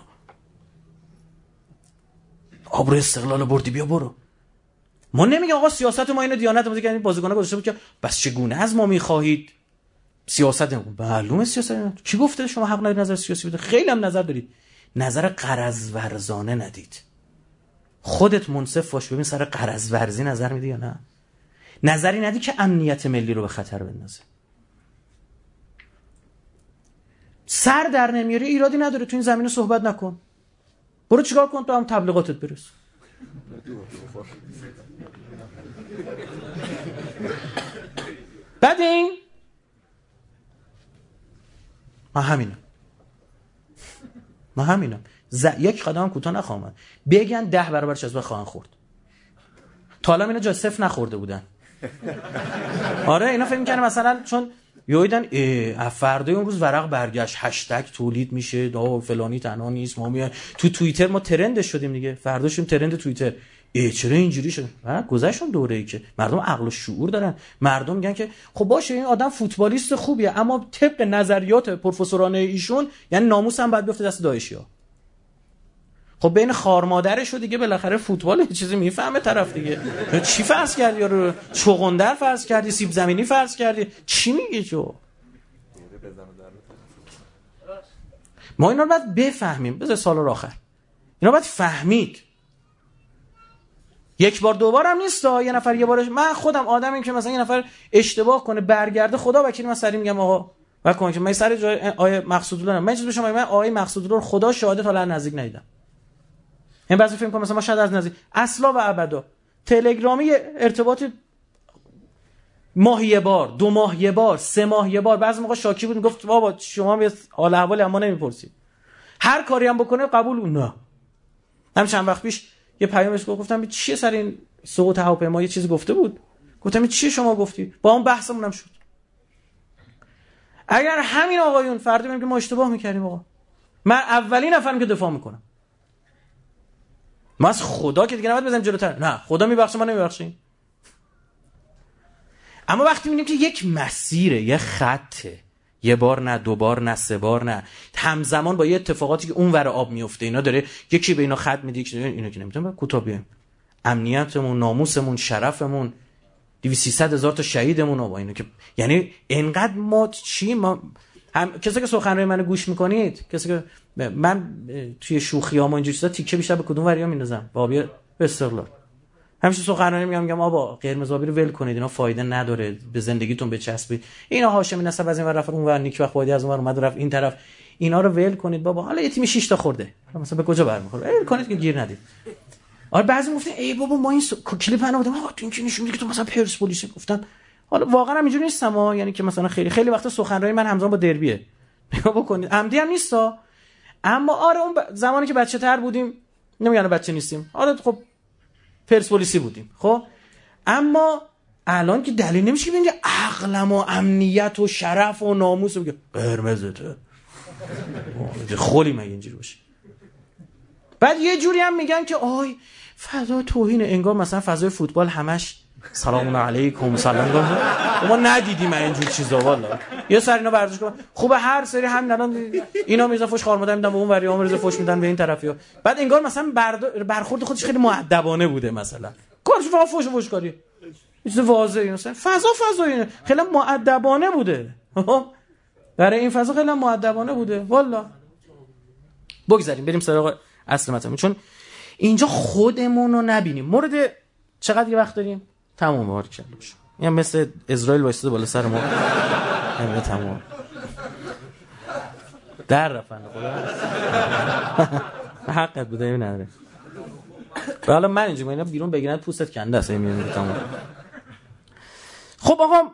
آبرو استقلال بردی، بیا برو. ما نمیگه آقا سیاست ما اینو دیانت ما دیگه بازیکن‌ها گذاشته بود که بس چگونه از ما می‌خواهید سیاست. معلومه سیاست کی گفته شما حق ندارید نظر سیاسی بده؟ خیلی هم نظر دارید، نظر غرض ورزانه ندید. خودت منصف باش ببین سر غرض ورزی نظر میدی یا نه. نظری ندی که امنیت ملی رو به خطر بندازه. سر در نمیاری ایرادی نداره، تو این زمینه صحبت نکن، برو چیکار کن تو هم تبلیغاتت برس. بعد این ما همینم یک قدم کوتاه نخواهم بگن 10 برابرش از خواهن خورد. تا حالا اینا جا صفر نخورده بودن. آره اینا فکر می‌کنن مثلا چون یویدن فردای اون روز ورق برگشت هشتگ تولید میشه دا فلانی تنها نیست، ما میای تو توییتر ما ترند شدیم دیگه، فرداشیم ترند توییتر. چرا اینجوری شد؟ گذشتون دوره‌ای که مردم عقل و شعور دارن، مردم میگن که خب باشه این آدم فوتبالیست خوبیه اما طبق نظریات پروفسورانه ایشون یعنی ناموس هم باید بیفته دست داعشیا. خب بین خار مادرش و دیگه بالاخره فوتبال یه چیزی میفهمه طرف دیگه. چی فرض کردی؟ یا رو چغندر فرض کردی، سیب زمینی فرض کردی، چی میگی جو؟ ما اینا رو باید بفهمیم. بذار سال آخر اینا باید فهمید. یک بار دو بار هم نیست یه نفر یه بارش. من خودم آدمیم که مثلا یه نفر اشتباه کنه برگرده خدا وکیل من سری میگم آقا وکیل من سری جای آیه مقصودالله من چیز به شما من آیه مقصودالله خدا شاهد تا نزدیک ندیدم. این بعضی فکر کنم مثلا ما شاید از نزدیک اصلا و ابدا تلگرامی ارتباط ماهی یه بار، 2 ماه یه بار، 3 ماه یه بار. بعضی موقع شاکی بود گفت بابا شما یه حال احوال اما نمیپرسید. هر کاری هم بکنه قبول نه. هم چند وقت پیش یه پیامش گفتم چیه سر این سقوط هواپیما یه چیزی گفته بود. گفتم چیه شما گفتی؟ با اون بحثمون هم شد. اگر همین آقایون فردا میگن که ما اشتباه میکردیم آقا، من اولین نفرم که دفاع میکنم. ما از خدا که دیگه نباید بزنیم جلوتر. نه خدا میبخشه ما نمیبخشیم. اما وقتی میبینیم که یک مسیره، یه خطه، یه بار نه، 2 بار نه، 3 بار نه، همزمان با یه اتفاقاتی که اون ور آب میفته اینا داره یکی به اینا خط میده که اینا که نمیتونن کوتاه بیایم. امنیتمون، ناموسمون، شرفمون، 200-300 هزار تا شهیدمون و با اینا که یعنی انقدر ما چی ما هم کسی که سخنرانی منو گوش میکنید، کسی که من توی شوخیام و اینجوری چیزا تیکه بیشتر به کدوم وریا میندازم؟ بابی استقلال. همیشه سخنرانی میگم آبا قرمز آبی رو ول کنید، اینا فایده نداره، به زندگیتون بچسبید. اینا هاشمی نسب از این ور رفت اون ور، نیک وقت وادی از اون ور اومد رفت این طرف، اینا رو ول کنید بابا. حالا یه تیم 6 تا خورده مثلا به کجا برمیخوره؟ ول کنید که گیر ندید. آره بعضی گفتن ای بابا ما این کلیپ انا بودم آقا تو این که نشون میده که تو مثلا پرسپولیس. گفتم حالا واقعا هم اینجوری نیستم یعنی که مثلا خیلی وقتا سخنرانی من همزمان با دربیه. نگاه بکنید عمدی هم نیستا. اما آره اون زمانی که بچه‌تر بودیم، نمیگم بچه نیستیم، آره خب پرسپولیسی بودیم خب، اما الان که دلیل نمیشه که ببینید عقلم و امنیت و شرف و ناموس بگه قرمزته خولی مگه اینجوری باشه. بعد یه جوری هم میگن که آی فضا توهین، انگار مثلا فضای فوتبال همش سلام علیکم سلام. ما ندیدیم اینجور چیزا والا. یه سری اینا ورزش کنن خوبه، هر سری همین الان اینا میذارن فوش خار مادر میدن به اون وری، اون میذارن فوش میدن به این طرفیا. بعد انگار مثلا برخورد خودش خیلی مؤدبانه بوده، مثلا کارش فقط فوش کاری چیز واضحه، مثلا فضا خیلی مؤدبانه بوده. برای این فضا خیلی مؤدبانه بوده والا. بگذاریم بریم سراغ اصل مطلب، چون اینجا خودمون رو نبینیم. مورد چقدر یه وقت داریم؟ تمام بار کردیم. یعنی مثل اسرائیل وایساده بالا سر ما. همین تمام. در رفتن خدا. حقت بوده این نداره. حالا من اینجا اینا بیرون بگیرن پوستت کنده است میمیره تمام. خب آقا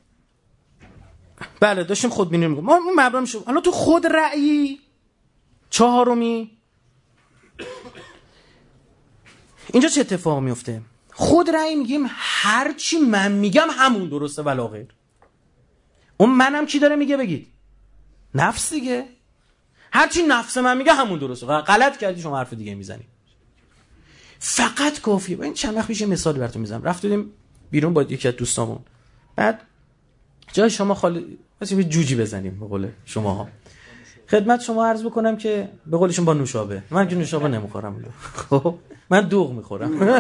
بله داشتیم خودبینی میگم. ما اون مبرم شو. الان تو خود رأیی چهارمی اینجا چه اتفاق میفته؟ خود رأی میگیم هر چی من میگم همون درسته ولا غیر. اون منم کی داره میگه بگید؟ نفس دیگه. هر چی نفس من میگه همون درسته. غلط کردی شما حرف دیگه میزنی. فقط کافیه. این چند وقت پیش مثال براتون میزنم. رفتیم بیرون با یکی از دوستامون، بعد جای شما خالی واسه یه جوجی بزنیم به قول شماها. خدمت شما عرض بکنم که به قولشون با نوشابه، من که نوشابه نمیخورم، خب من دوغ میخورم.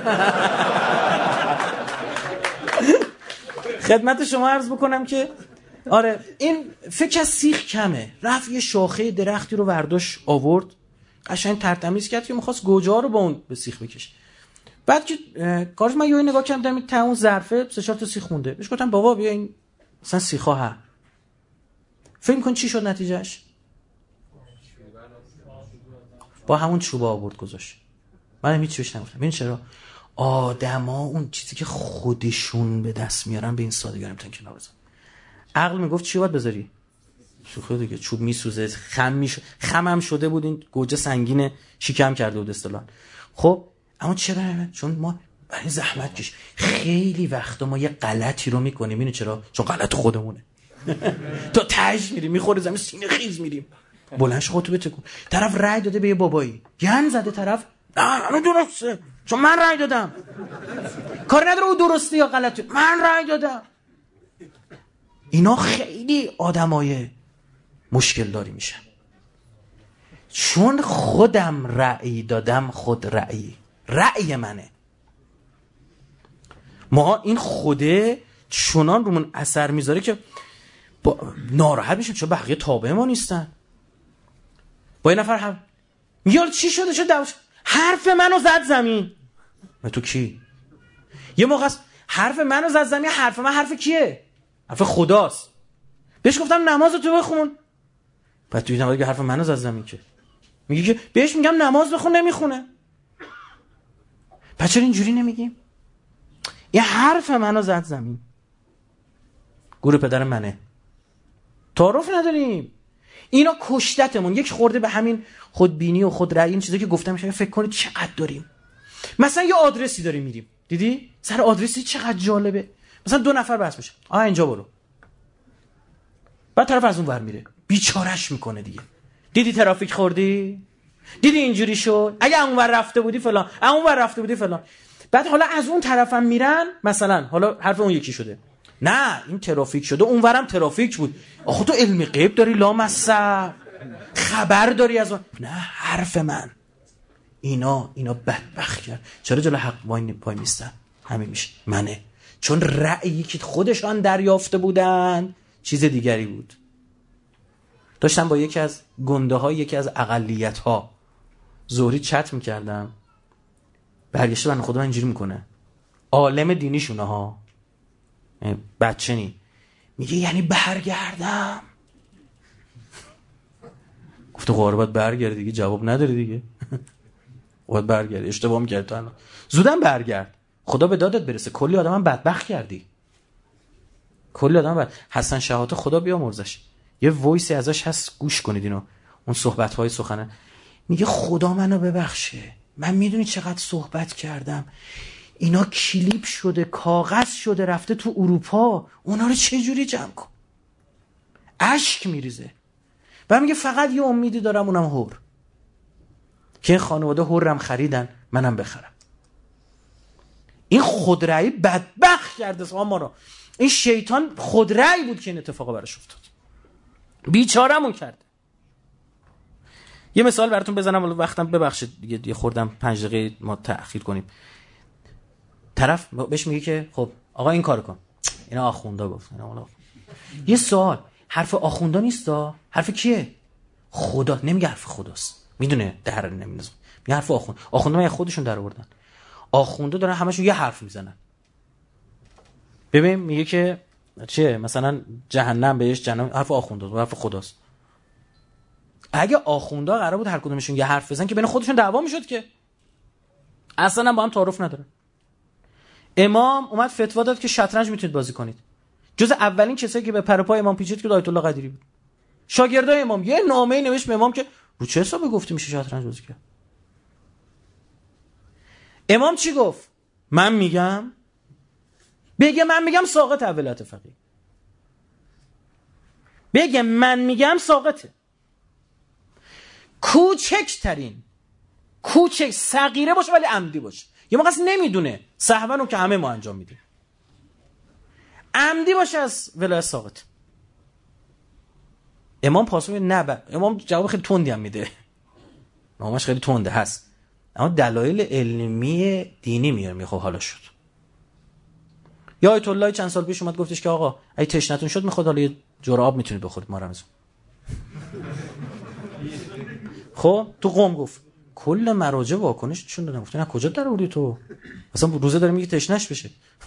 خدمت شما عرض بکنم که آره این فکر از سیخ کمه، رفت یه شاخه درختی رو برداشت آورد، قشنگ ترتمیز کرد که می‌خواست گوجه رو با اون به سیخ بکشه. بعد که کارش من یه نگاه کردم تا اون ظرفه 3-4 تا سیخ مونده، بهش گفتم بابا بیا این مثلا سیخا ها، فکر کن چی شد نتیجهش؟ با همون چوبا آورد گذاشت. من هیچ چیزی نگفتم. ببین چرا آدما اون چیزی که خودشون به دست میارن به این سادگی نمیتونن کنار بذارن. عقل میگفت چی باید بذاری؟ شوخی دیگه، چوب میسوزه، خمم شده بود، این گوجه سنگینه، شکم کرده بود اصطلاحاً. خب اما چرا؟ چون ما برای زحمت کش خیلی وقتا ما یه غلطی رو میکنیم. اینو چرا؟ چون غلط خودمونه. تا تاج میریم میخوره زمین سینه خیز میریم. بلند شو خودتو بتکن. طرف رای داده به یه بابایی، گن زده طرف، نه درسته چون من رای دادم. کار نداره او درسته یا غلطه، من رای دادم. اینا خیلی آدمای مشکل داری میشن، چون خودم رأی دادم. خود رأی منه. ما این خوده چنان رومون اثر میذاره که ناراحت میشیم چون بقیه تابع ما نیستن. با این نفر هم میگه چی شده؟ چه دعواش؟ حرف منو زد زمین. تو کی؟ یه موقع حرف منو زد زمین. حرف من حرف کیه؟ حرف خداست. بهش گفتم نمازتو بخون، بعد توی نماز که حرف منو زد زمین که میگه که بهش میگم نماز بخون نمیخونه. پس چرا اینجوری نمیگیم؟ یه حرف منو زد زمین. گور پدر منه. تعارف نداریم. اینا کشتتمون. یک خورده به همین خودبینی و خودرأیی، این چیزا که گفتم میشه فکر کنید چقدر داریم. مثلا یه آدرسی داریم میریم، دیدی؟ سر آدرسی چقدر جالبه. مثلا 2 نفر بحث میشه، اینجا برو. بعد طرف از اون ور میره، بیچارهش میکنه دیگه. دیدی ترافیک خوردی؟ دیدی اینجوری شد؟ اگه اون ور رفته بودی فلان، اون ور رفته بودی فلان. بعد حالا از اون طرفم میرن، مثلا حالا حرف اون یکی شده، نه این ترافیک شده، اون ورم ترافیک بود. آخه تو علم غیب داری لامصب، خبر داری از اون. نه حرف من. اینا بدبخت کرد. چرا جلو حق وای میستن؟ همین میشه منه. چون رأیی که خودشان دریافته بودن چیز دیگری بود. داشتم با یکی از گنده ها، یکی از اقلیت ها ظهری چت میکردم، برگشته بنده خدا اینجوری میکنه، عالم دینیشونه ها، بچه نی، میگه یعنی برگردم. گفته قرار باید برگردی دیگه، جواب نداری دیگه. باید برگردی، اشتباه میکردی تو الان، زودم برگرد، خدا به دادت برسه. کلی آدم بدبخت کردی، کلی آدم حسن شهاته خدا بیامرزش، یه وایسی ازش هست گوش کنید اینو، اون صحبت‌های سخنه، میگه خدا منو ببخشه، من میدونی چقدر صحبت کردم، اینا کلیپ شده، کاغذ شده، رفته تو اروپا، اونا رو چه جوری جمع کن. اشک میریزه و میگه فقط یه امیدی دارم، اونم هور، که این خانواده هورم خریدن منم بخرم. این خودرأیی بدبخت کرده ما رو. این شیطان خودرأی بود که این اتفاق براش افتاد، بیچاره‌مون کرد. یه مثال براتون بزنم، ولی وقتم ببخشید دیگه، یه خوردم 5 دقیقه ما تأخیر کنیم. طرف بهش میگه که خب آقا این کارو کن، اینا آخوندا گفت. یه سوال، حرف آخوندا نیستا، حرف کیه؟ خدا. نمیگه حرف خداست، میدونه در نمیدونه، میگه حرف آخوند. آخوندا من خودشون در آوردن، آخوندا دارن همشون یه حرف میزنن. ببین میگه که چیه، مثلا جهنم بهش جهنم، حرف آخوندا، حرف خداست. اگه آخوندا قرار بود هر کدومشون یه حرف بزنن که بین خودشون دعوا میشد، که اصلا با هم تعارف ندارن. امام اومد فتوا داد که شطرنج میتونید بازی کنید. جز اولین کسایی که به پر و پای امام پیچید که آیت الله قدیری بود. شاگردای امام یه نامه‌ای نوشت به امام که رو چه حسابی گفتی میشه شطرنج بازی کرد. امام چی گفت؟ من میگم بگه من میگم ساقط اولت فقیه، بگه من میگم ساقطه. کوچکترین صغیره باشه ولی عمدی باشه. یه موقع اصلا نمیدونه، سهوا رو که همه ما انجام میدیم. عمدی باشه از ولایت ساقط. امام پاسخ نه. امام جواب خیلی تندی هم میده، نامش خیلی تنده هست، اما دلایل علمی دینی میاره. خب حالا شد. یا آیت الله چند سال پیش اومد گفتش که آقا اگه تشنتون شد میخواد حالا یه جرعه آب میتونید بخورید ما رمضان. خب تو قم گفت کل مراجع واکنش نشون دادن، گفتن کجا در آوردی تو؟ اصلا روزه داره میگه تشنش بشه.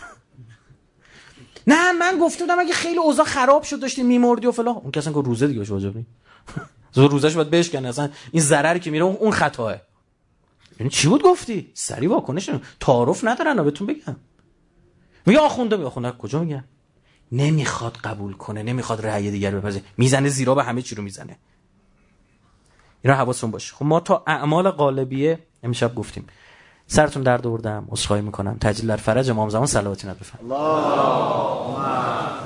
نه من گفته بودم اگه خیلی اوضاع خراب شد داشتی میمردی و فلان. اون کسا گفت روزه دیگه باشه واجب نیست. روزش باید بشکنه، اصلا این ضرری که میره اون خطاه. یعنی چی بود گفتی؟ سری واکنش تعارف ندارن بهتون بگم. میگه آخونده کجا میگه؟ نمیخواد قبول کنه، نمیخواد رأی دیگر بپذیره، میزنه زیرا به همه چی رو میزنه. اینا حواستون باشه. خب ما تا اعمال قالبیه امشب گفتیم. سرتون درد آوردم، عذرخواهی میکنم. تجلیل در فرج امام زمان صلواتی نت بفرمایید. اللهم